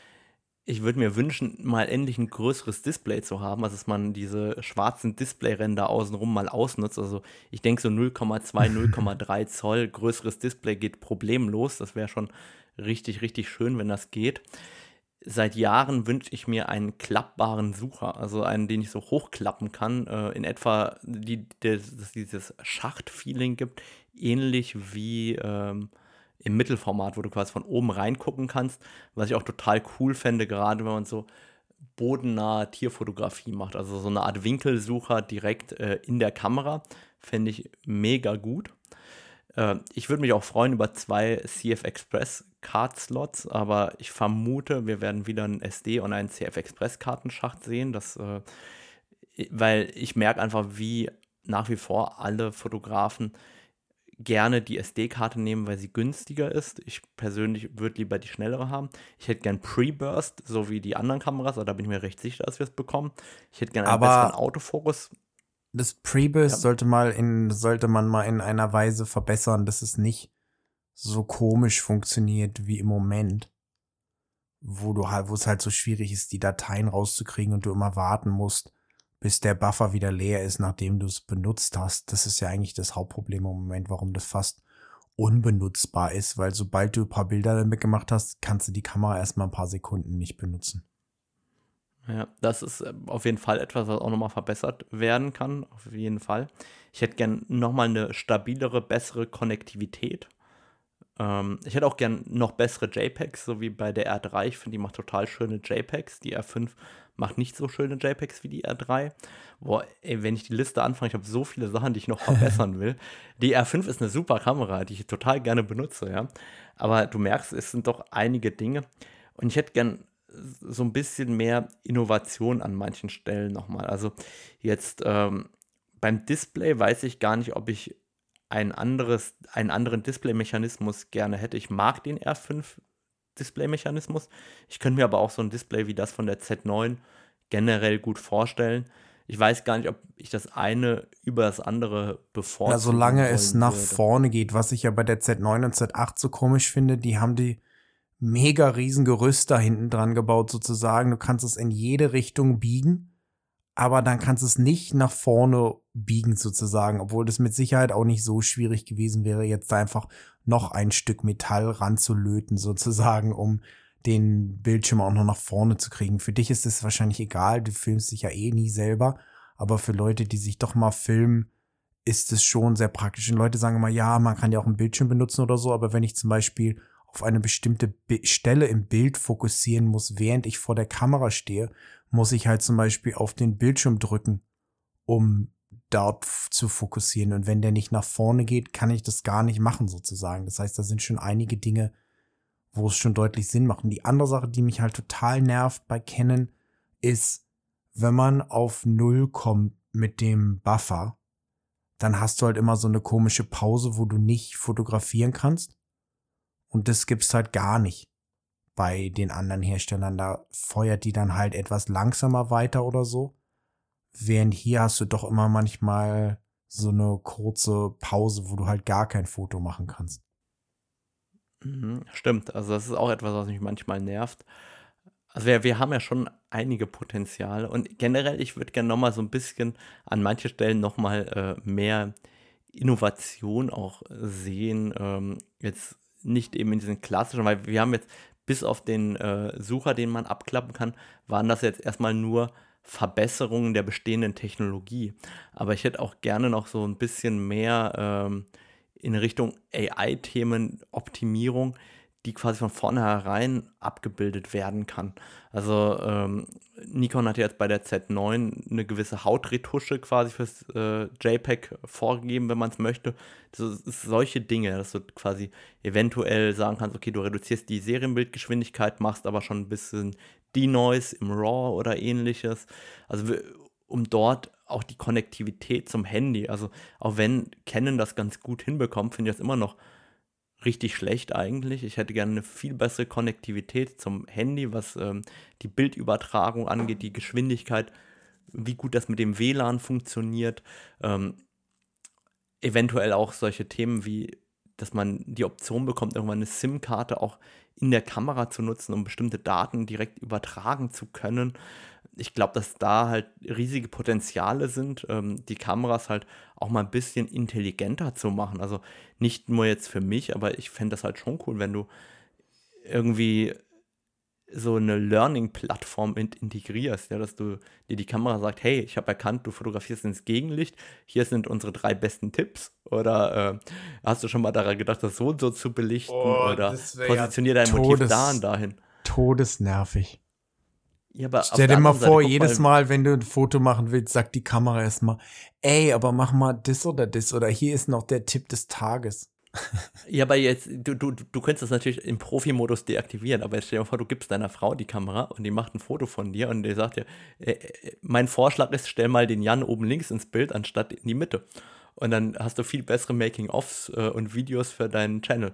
Ich würde mir wünschen, mal endlich ein größeres Display zu haben, also dass man diese schwarzen Displayränder außenrum mal ausnutzt. Also ich denke so null Komma zwei, null Komma drei Zoll größeres Display geht problemlos. Das wäre schon richtig, richtig schön, wenn das geht. Seit Jahren wünsche ich mir einen klappbaren Sucher, also einen, den ich so hochklappen kann, äh, in etwa, die, der, dass es dieses Schacht-Feeling gibt, ähnlich wie ähm, im Mittelformat, wo du quasi von oben reingucken kannst, was ich auch total cool fände, gerade wenn man so bodennahe Tierfotografie macht, also so eine Art Winkelsucher direkt äh, in der Kamera, fände ich mega gut. Äh, ich würde mich auch freuen über zwei C F Express Card-Slots, aber ich vermute, wir werden wieder einen S D und einen C F Express Kartenschacht sehen, das, äh, weil ich merke einfach, wie nach wie vor alle Fotografen gerne die S D-Karte nehmen, weil sie günstiger ist. Ich persönlich würde lieber die schnellere haben. Ich hätte gern Pre-Burst, so wie die anderen Kameras, aber da bin ich mir recht sicher, dass wir es bekommen. Ich hätte gern einen besseren Aber Autofokus. das Pre-Burst Ja. sollte mal in, sollte man mal in einer Weise verbessern, dass es nicht so komisch funktioniert wie im Moment, wo du halt, wo es halt so schwierig ist, die Dateien rauszukriegen und du immer warten musst, bis der Buffer wieder leer ist, nachdem du es benutzt hast. Das ist ja eigentlich das Hauptproblem im Moment, warum das fast unbenutzbar ist, weil sobald du ein paar Bilder damit gemacht hast, kannst du die Kamera erstmal ein paar Sekunden nicht benutzen. Ja, das ist äh, auf jeden Fall etwas, was auch nochmal verbessert werden kann. Auf jeden Fall. Ich hätte gern nochmal eine stabilere, bessere Konnektivität. Ähm, ich hätte auch gern noch bessere JPEGs, so wie bei der R drei. Ich finde, die macht total schöne JPEGs. Die R fünf macht nicht so schöne JPEGs wie die R drei. Boah, ey, wenn ich die Liste anfange, ich habe so viele Sachen, die ich noch verbessern will. Die R fünf ist eine super Kamera, die ich total gerne benutze, ja. Aber du merkst, es sind doch einige Dinge. Und ich hätte gern so ein bisschen mehr Innovation an manchen Stellen nochmal. Also jetzt ähm, beim Display weiß ich gar nicht, ob ich ein anderes, einen anderen Display-Mechanismus gerne hätte. Ich mag den R fünf Display-Mechanismus. Ich könnte mir aber auch so ein Display wie das von der Z neun generell gut vorstellen. Ich weiß gar nicht, ob ich das eine über das andere bevorzugen Na, solange es wollen nach würde. vorne geht, was ich ja bei der Z neun und Z acht so komisch finde, die haben die mega riesen Gerüst da hinten dran gebaut sozusagen. Du kannst es in jede Richtung biegen, aber dann kannst du es nicht nach vorne biegen sozusagen, obwohl das mit Sicherheit auch nicht so schwierig gewesen wäre, jetzt da einfach noch ein Stück Metall ranzulöten sozusagen, um den Bildschirm auch noch nach vorne zu kriegen. Für dich ist es wahrscheinlich egal, du filmst dich ja eh nie selber, aber für Leute, die sich doch mal filmen, ist es schon sehr praktisch. Und Leute sagen immer, ja, man kann ja auch einen Bildschirm benutzen oder so, aber wenn ich zum Beispiel auf eine bestimmte Bi- Stelle im Bild fokussieren muss, während ich vor der Kamera stehe, muss ich halt zum Beispiel auf den Bildschirm drücken, um dort f- zu fokussieren. Und wenn der nicht nach vorne geht, kann ich das gar nicht machen sozusagen. Das heißt, da sind schon einige Dinge, wo es schon deutlich Sinn macht. Und die andere Sache, die mich halt total nervt bei Canon, ist, wenn man auf Null kommt mit dem Buffer, dann hast du halt immer so eine komische Pause, wo du nicht fotografieren kannst. Und das gibt's halt gar nicht bei den anderen Herstellern. Da feuert die dann halt etwas langsamer weiter oder so. Während hier hast du doch immer manchmal so eine kurze Pause, wo du halt gar kein Foto machen kannst. Mhm, stimmt, also das ist auch etwas, was mich manchmal nervt. Also wir, wir haben ja schon einige Potenziale und generell, ich würde gerne nochmal so ein bisschen an manche Stellen nochmal äh, mehr Innovation auch sehen. Ähm, jetzt nicht eben in diesen klassischen, weil wir haben jetzt bis auf den äh, Sucher, den man abklappen kann, waren das jetzt erstmal nur Verbesserungen der bestehenden Technologie. Aber ich hätte auch gerne noch so ein bisschen mehr ähm, in Richtung A I-Themen, Optimierung, die quasi von vornherein abgebildet werden kann. Also ähm, Nikon hat ja jetzt bei der Z neun eine gewisse Hautretusche quasi fürs äh, JPEG vorgegeben, wenn man es möchte. Das ist solche Dinge, dass du quasi eventuell sagen kannst, okay, du reduzierst die Serienbildgeschwindigkeit, machst aber schon ein bisschen Denoise im RAW oder ähnliches. Also wir- um dort auch die Konnektivität zum Handy, also auch wenn Canon das ganz gut hinbekommt, finde ich das immer noch richtig schlecht eigentlich. Ich hätte gerne eine viel bessere Konnektivität zum Handy, was ähm, die Bildübertragung angeht, die Geschwindigkeit, wie gut das mit dem W L A N funktioniert. Ähm, eventuell auch solche Themen wie, dass man die Option bekommt, irgendwann eine SIM-Karte auch in der Kamera zu nutzen, um bestimmte Daten direkt übertragen zu können. Ich glaube, dass da halt riesige Potenziale sind, ähm, die Kameras halt auch mal ein bisschen intelligenter zu machen. Also nicht nur jetzt für mich, aber ich fände das halt schon cool, wenn du irgendwie so eine Learning-Plattform in integrierst, ja, dass du dir die Kamera sagt, hey, ich habe erkannt, du fotografierst ins Gegenlicht, hier sind unsere drei besten Tipps oder äh, hast du schon mal daran gedacht, das so und so zu belichten Oh, oder das wäre ja positionier dein Motiv da und dahin. todesnervig. Ja, aber auf Stell der dir mal anderen Seite, vor, guck jedes mal, Mal, wenn du ein Foto machen willst, sagt die Kamera erstmal, ey, aber mach mal das oder das oder hier ist noch der Tipp des Tages. ja, aber jetzt, du, du, du könntest das natürlich im Profi-Modus deaktivieren, aber jetzt stell dir mal vor, du gibst deiner Frau die Kamera und die macht ein Foto von dir und die sagt dir, äh, äh, mein Vorschlag ist, stell mal den Jan oben links ins Bild, anstatt in die Mitte. Und dann hast du viel bessere Making-ofs äh, und Videos für deinen Channel.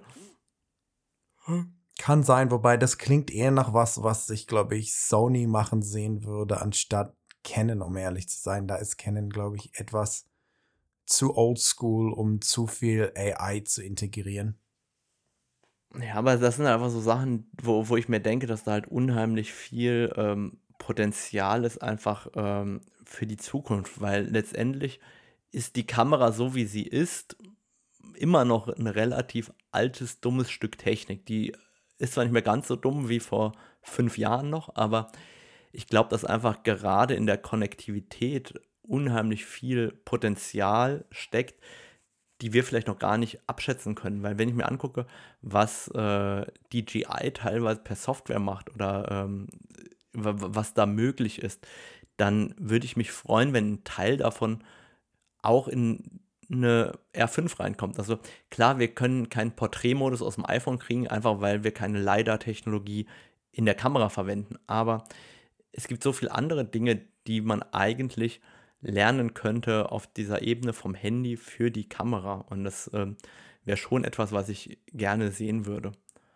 Kann sein, wobei das klingt eher nach was, was ich, glaube ich, Sony machen sehen würde, anstatt Canon, um ehrlich zu sein. Da ist Canon, glaube ich, etwas zu oldschool, um zu viel A I zu integrieren. Ja, aber das sind einfach so Sachen, wo, wo ich mir denke, dass da halt unheimlich viel ähm, Potenzial ist einfach ähm, für die Zukunft, weil letztendlich ist die Kamera so, wie sie ist, immer noch ein relativ altes, dummes Stück Technik. Die ist zwar nicht mehr ganz so dumm wie vor fünf Jahren noch, aber ich glaube, dass einfach gerade in der Konnektivität unheimlich viel Potenzial steckt, die wir vielleicht noch gar nicht abschätzen können. Weil wenn ich mir angucke, was äh, D J I teilweise per Software macht oder ähm, wa- wa- was da möglich ist, dann würde ich mich freuen, wenn ein Teil davon auch in eine R fünf reinkommt. Also klar, wir können keinen Porträtmodus aus dem iPhone kriegen, einfach weil wir keine LiDAR-Technologie in der Kamera verwenden. Aber es gibt so viele andere Dinge, die man eigentlich lernen könnte auf dieser Ebene vom Handy für die Kamera. Und das ähm, wäre schon etwas, was ich gerne sehen würde.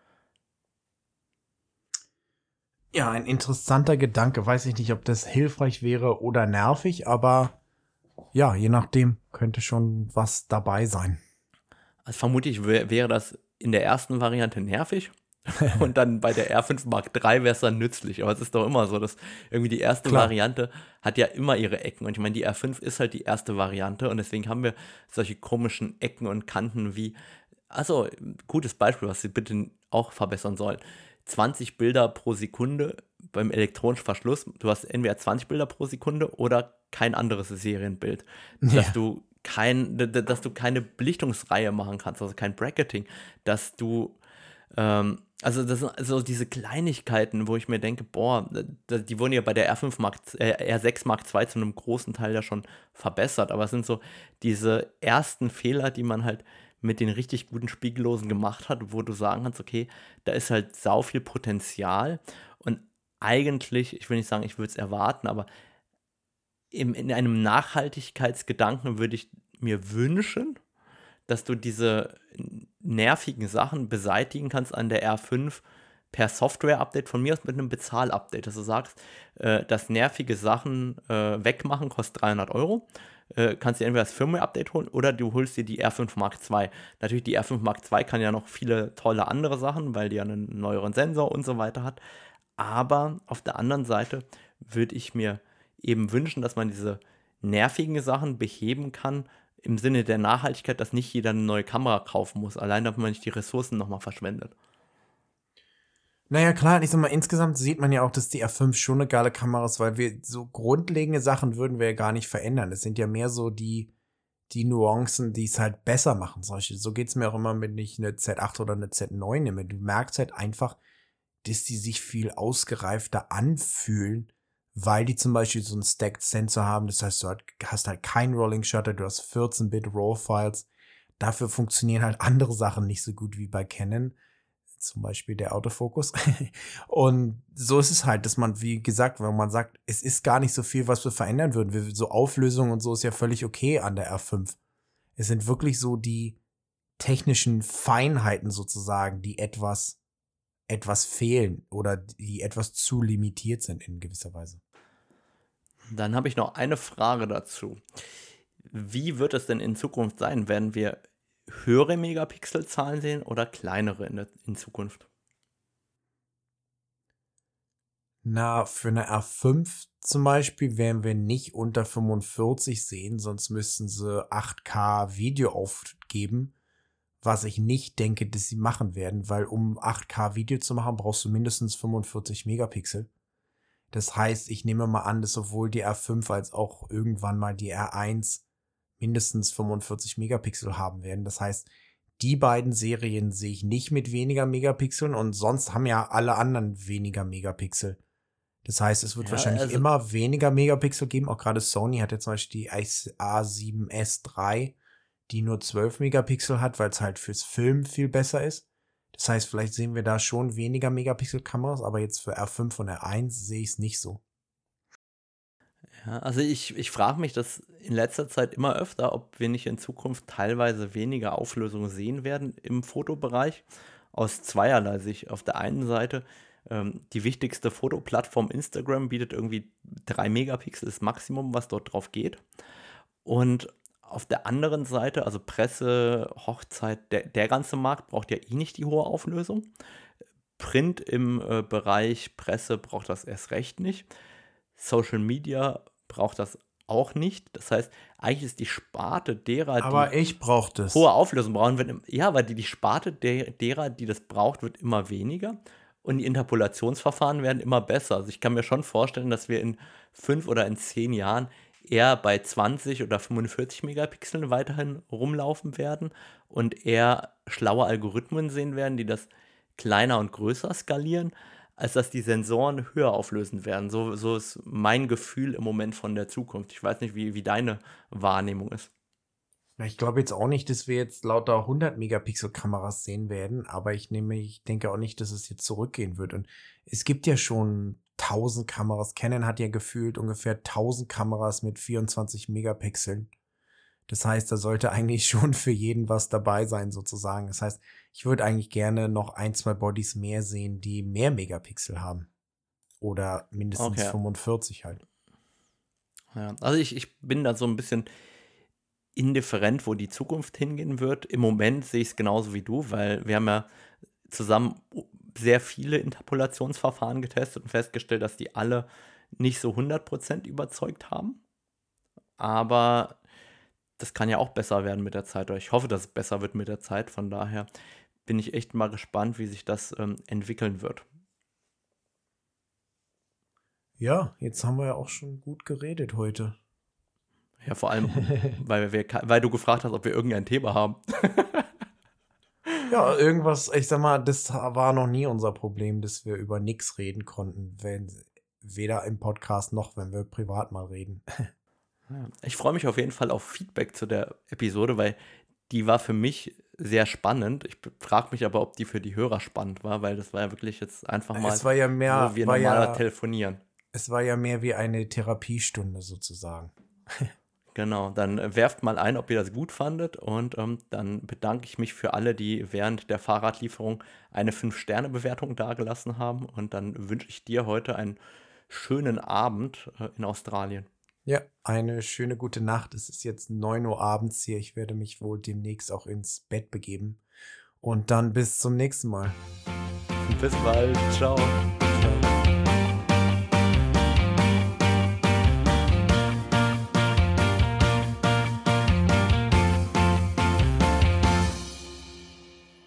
Ja, ein interessanter Gedanke. Weiß ich nicht, ob das hilfreich wäre oder nervig, aber ja, je nachdem könnte schon was dabei sein. Also vermutlich wär, wäre das in der ersten Variante nervig, Und dann bei der R fünf Mark drei wäre es dann nützlich. Aber es ist doch immer so, dass irgendwie die erste Klar. Variante hat ja immer ihre Ecken. Und ich meine, die R fünf ist halt die erste Variante. Und deswegen haben wir solche komischen Ecken und Kanten wie, also gutes Beispiel, was sie bitte auch verbessern sollen. zwanzig Bilder pro Sekunde beim elektronischen Verschluss. Du hast entweder zwanzig Bilder pro Sekunde oder kein anderes Serienbild. Dass Ja. du kein, d- d- dass du keine Belichtungsreihe machen kannst, also kein Bracketing, dass du ähm, also das sind so diese Kleinigkeiten, wo ich mir denke, boah, da- die wurden ja bei der R fünf Mark, äh, R sechs Mark zwei zu einem großen Teil ja schon verbessert, aber es sind so diese ersten Fehler, die man halt mit den richtig guten Spiegellosen gemacht hat, wo du sagen kannst, okay, da ist halt sau viel Potenzial und eigentlich, ich will nicht sagen, ich würde es erwarten, aber im, in einem Nachhaltigkeitsgedanken würde ich mir wünschen, dass du diese nervigen Sachen beseitigen kannst an der R fünf per Software-Update, von mir aus mit einem Bezahl-Update, dass du sagst, äh, dass nervige Sachen äh, wegmachen kostet dreihundert Euro, äh, kannst dir entweder das Firmware-Update holen oder du holst dir die R fünf Mark zwei. Natürlich, die R fünf Mark zwei kann ja noch viele tolle andere Sachen, weil die ja einen neueren Sensor und so weiter hat, aber auf der anderen Seite würde ich mir eben wünschen, dass man diese nervigen Sachen beheben kann, im Sinne der Nachhaltigkeit, dass nicht jeder eine neue Kamera kaufen muss, allein damit man nicht die Ressourcen nochmal verschwendet. Naja, klar, ich sag mal, insgesamt sieht man ja auch, dass die R fünf schon eine geile Kamera ist, weil wir so grundlegende Sachen würden wir ja gar nicht verändern. Es sind ja mehr so die, die Nuancen, die es halt besser machen. Solche, so geht's mir auch immer, wenn ich eine Z acht oder eine Z neun nehme. Du merkst halt einfach, dass die sich viel ausgereifter anfühlen, weil die zum Beispiel so einen Stacked Sensor haben. Das heißt, du halt- hast halt kein Rolling Shutter, du hast vierzehn Bit RAW Files. Dafür funktionieren halt andere Sachen nicht so gut wie bei Canon. Zum Beispiel der Autofokus. Und so ist es halt, dass man, wie gesagt, wenn man sagt, es ist gar nicht so viel, was wir verändern würden. Wir, so Auflösung und so ist ja völlig okay an der R fünf. Es sind wirklich so die technischen Feinheiten sozusagen, die etwas, etwas fehlen oder die etwas zu limitiert sind in gewisser Weise. Dann habe ich noch eine Frage dazu. Wie wird es denn in Zukunft sein? Werden wir höhere Megapixelzahlen sehen oder kleinere in, der, in Zukunft? Na, für eine R fünf zum Beispiel werden wir nicht unter fünfundvierzig sehen, sonst müssten sie acht K Video aufgeben, was ich nicht denke, dass sie machen werden, weil um acht K Video zu machen, brauchst du mindestens fünfundvierzig Megapixel. Das heißt, ich nehme mal an, dass sowohl die R fünf als auch irgendwann mal die R eins mindestens fünfundvierzig Megapixel haben werden. Das heißt, die beiden Serien sehe ich nicht mit weniger Megapixeln und sonst haben ja alle anderen weniger Megapixel. Das heißt, es wird Ja, wahrscheinlich also immer weniger Megapixel geben. Auch gerade Sony hat ja zum Beispiel die A sieben S drei, die nur zwölf Megapixel hat, weil es halt fürs Film viel besser ist. Das heißt, vielleicht sehen wir da schon weniger Megapixel-Kameras, aber jetzt für R fünf und R eins sehe ich es nicht so. Ja, also ich, ich frage mich das in letzter Zeit immer öfter, ob wir nicht in Zukunft teilweise weniger Auflösung sehen werden im Fotobereich. Aus zweierlei Sicht. Auf der einen Seite, ähm, die wichtigste Fotoplattform Instagram bietet irgendwie drei Megapixel, das Maximum, was dort drauf geht. Und auf der anderen Seite, also Presse, Hochzeit, der, der ganze Markt braucht ja eh nicht die hohe Auflösung. Print im äh, Bereich Presse braucht das erst recht nicht. Social Media braucht das auch nicht. Das heißt, eigentlich ist die Sparte derer, die Aber ich brauche das. hohe Auflösung brauchen, wird, im- ja, weil die, die Sparte der, derer, die das braucht, wird immer weniger und die Interpolationsverfahren werden immer besser. Also ich kann mir schon vorstellen, dass wir in fünf oder in zehn Jahren eher bei zwanzig oder fünfundvierzig Megapixeln weiterhin rumlaufen werden und eher schlaue Algorithmen sehen werden, die das kleiner und größer skalieren, als dass die Sensoren höher auflösen werden. So, so ist mein Gefühl im Moment von der Zukunft. Ich weiß nicht, wie, wie deine Wahrnehmung ist. Na, ich glaube jetzt auch nicht, dass wir jetzt lauter hundert Megapixel Kameras sehen werden, aber ich nehme, ich denke auch nicht, dass es jetzt zurückgehen wird. Und es gibt ja schon tausend Kameras. Canon hat ja gefühlt ungefähr tausend Kameras mit vierundzwanzig Megapixeln. Das heißt, da sollte eigentlich schon für jeden was dabei sein, sozusagen. Das heißt, ich würde eigentlich gerne noch ein, zwei Bodies mehr sehen, die mehr Megapixel haben. Oder mindestens Okay, fünfundvierzig halt. ja. Also ich, ich bin da so ein bisschen indifferent, wo die Zukunft hingehen wird. Im Moment sehe ich es genauso wie du, weil wir haben ja zusammen sehr viele Interpolationsverfahren getestet und festgestellt, dass die alle nicht so hundert Prozent überzeugt haben. Aber das kann ja auch besser werden mit der Zeit. Oder ich hoffe, dass es besser wird mit der Zeit. Von daher bin ich echt mal gespannt, wie sich das ähm, entwickeln wird. Ja, jetzt haben wir ja auch schon gut geredet heute. Ja, vor allem, weil, wir, weil du gefragt hast, ob wir irgendein Thema haben. Ja, irgendwas, ich sag mal, das war noch nie unser Problem, dass wir über nichts reden konnten, wenn, weder im Podcast noch, wenn wir privat mal reden. Ja, ich freue mich auf jeden Fall auf Feedback zu der Episode, weil die war für mich sehr spannend. Ich frage mich aber, ob die für die Hörer spannend war, weil das war ja wirklich jetzt einfach mal, Es war ja mehr, wo wir war normaler ja, telefonieren. es war ja mehr wie eine Therapiestunde sozusagen. Genau, dann äh, werft mal ein, ob ihr das gut fandet und ähm, dann bedanke ich mich für alle, die während der Fahrradlieferung eine fünf Sterne Bewertung dagelassen haben und dann wünsche ich dir heute einen schönen Abend äh, in Australien. Ja, eine schöne gute Nacht. Es ist jetzt neun Uhr abends hier. Ich werde mich wohl demnächst auch ins Bett begeben. Und dann bis zum nächsten Mal. Bis bald, ciao.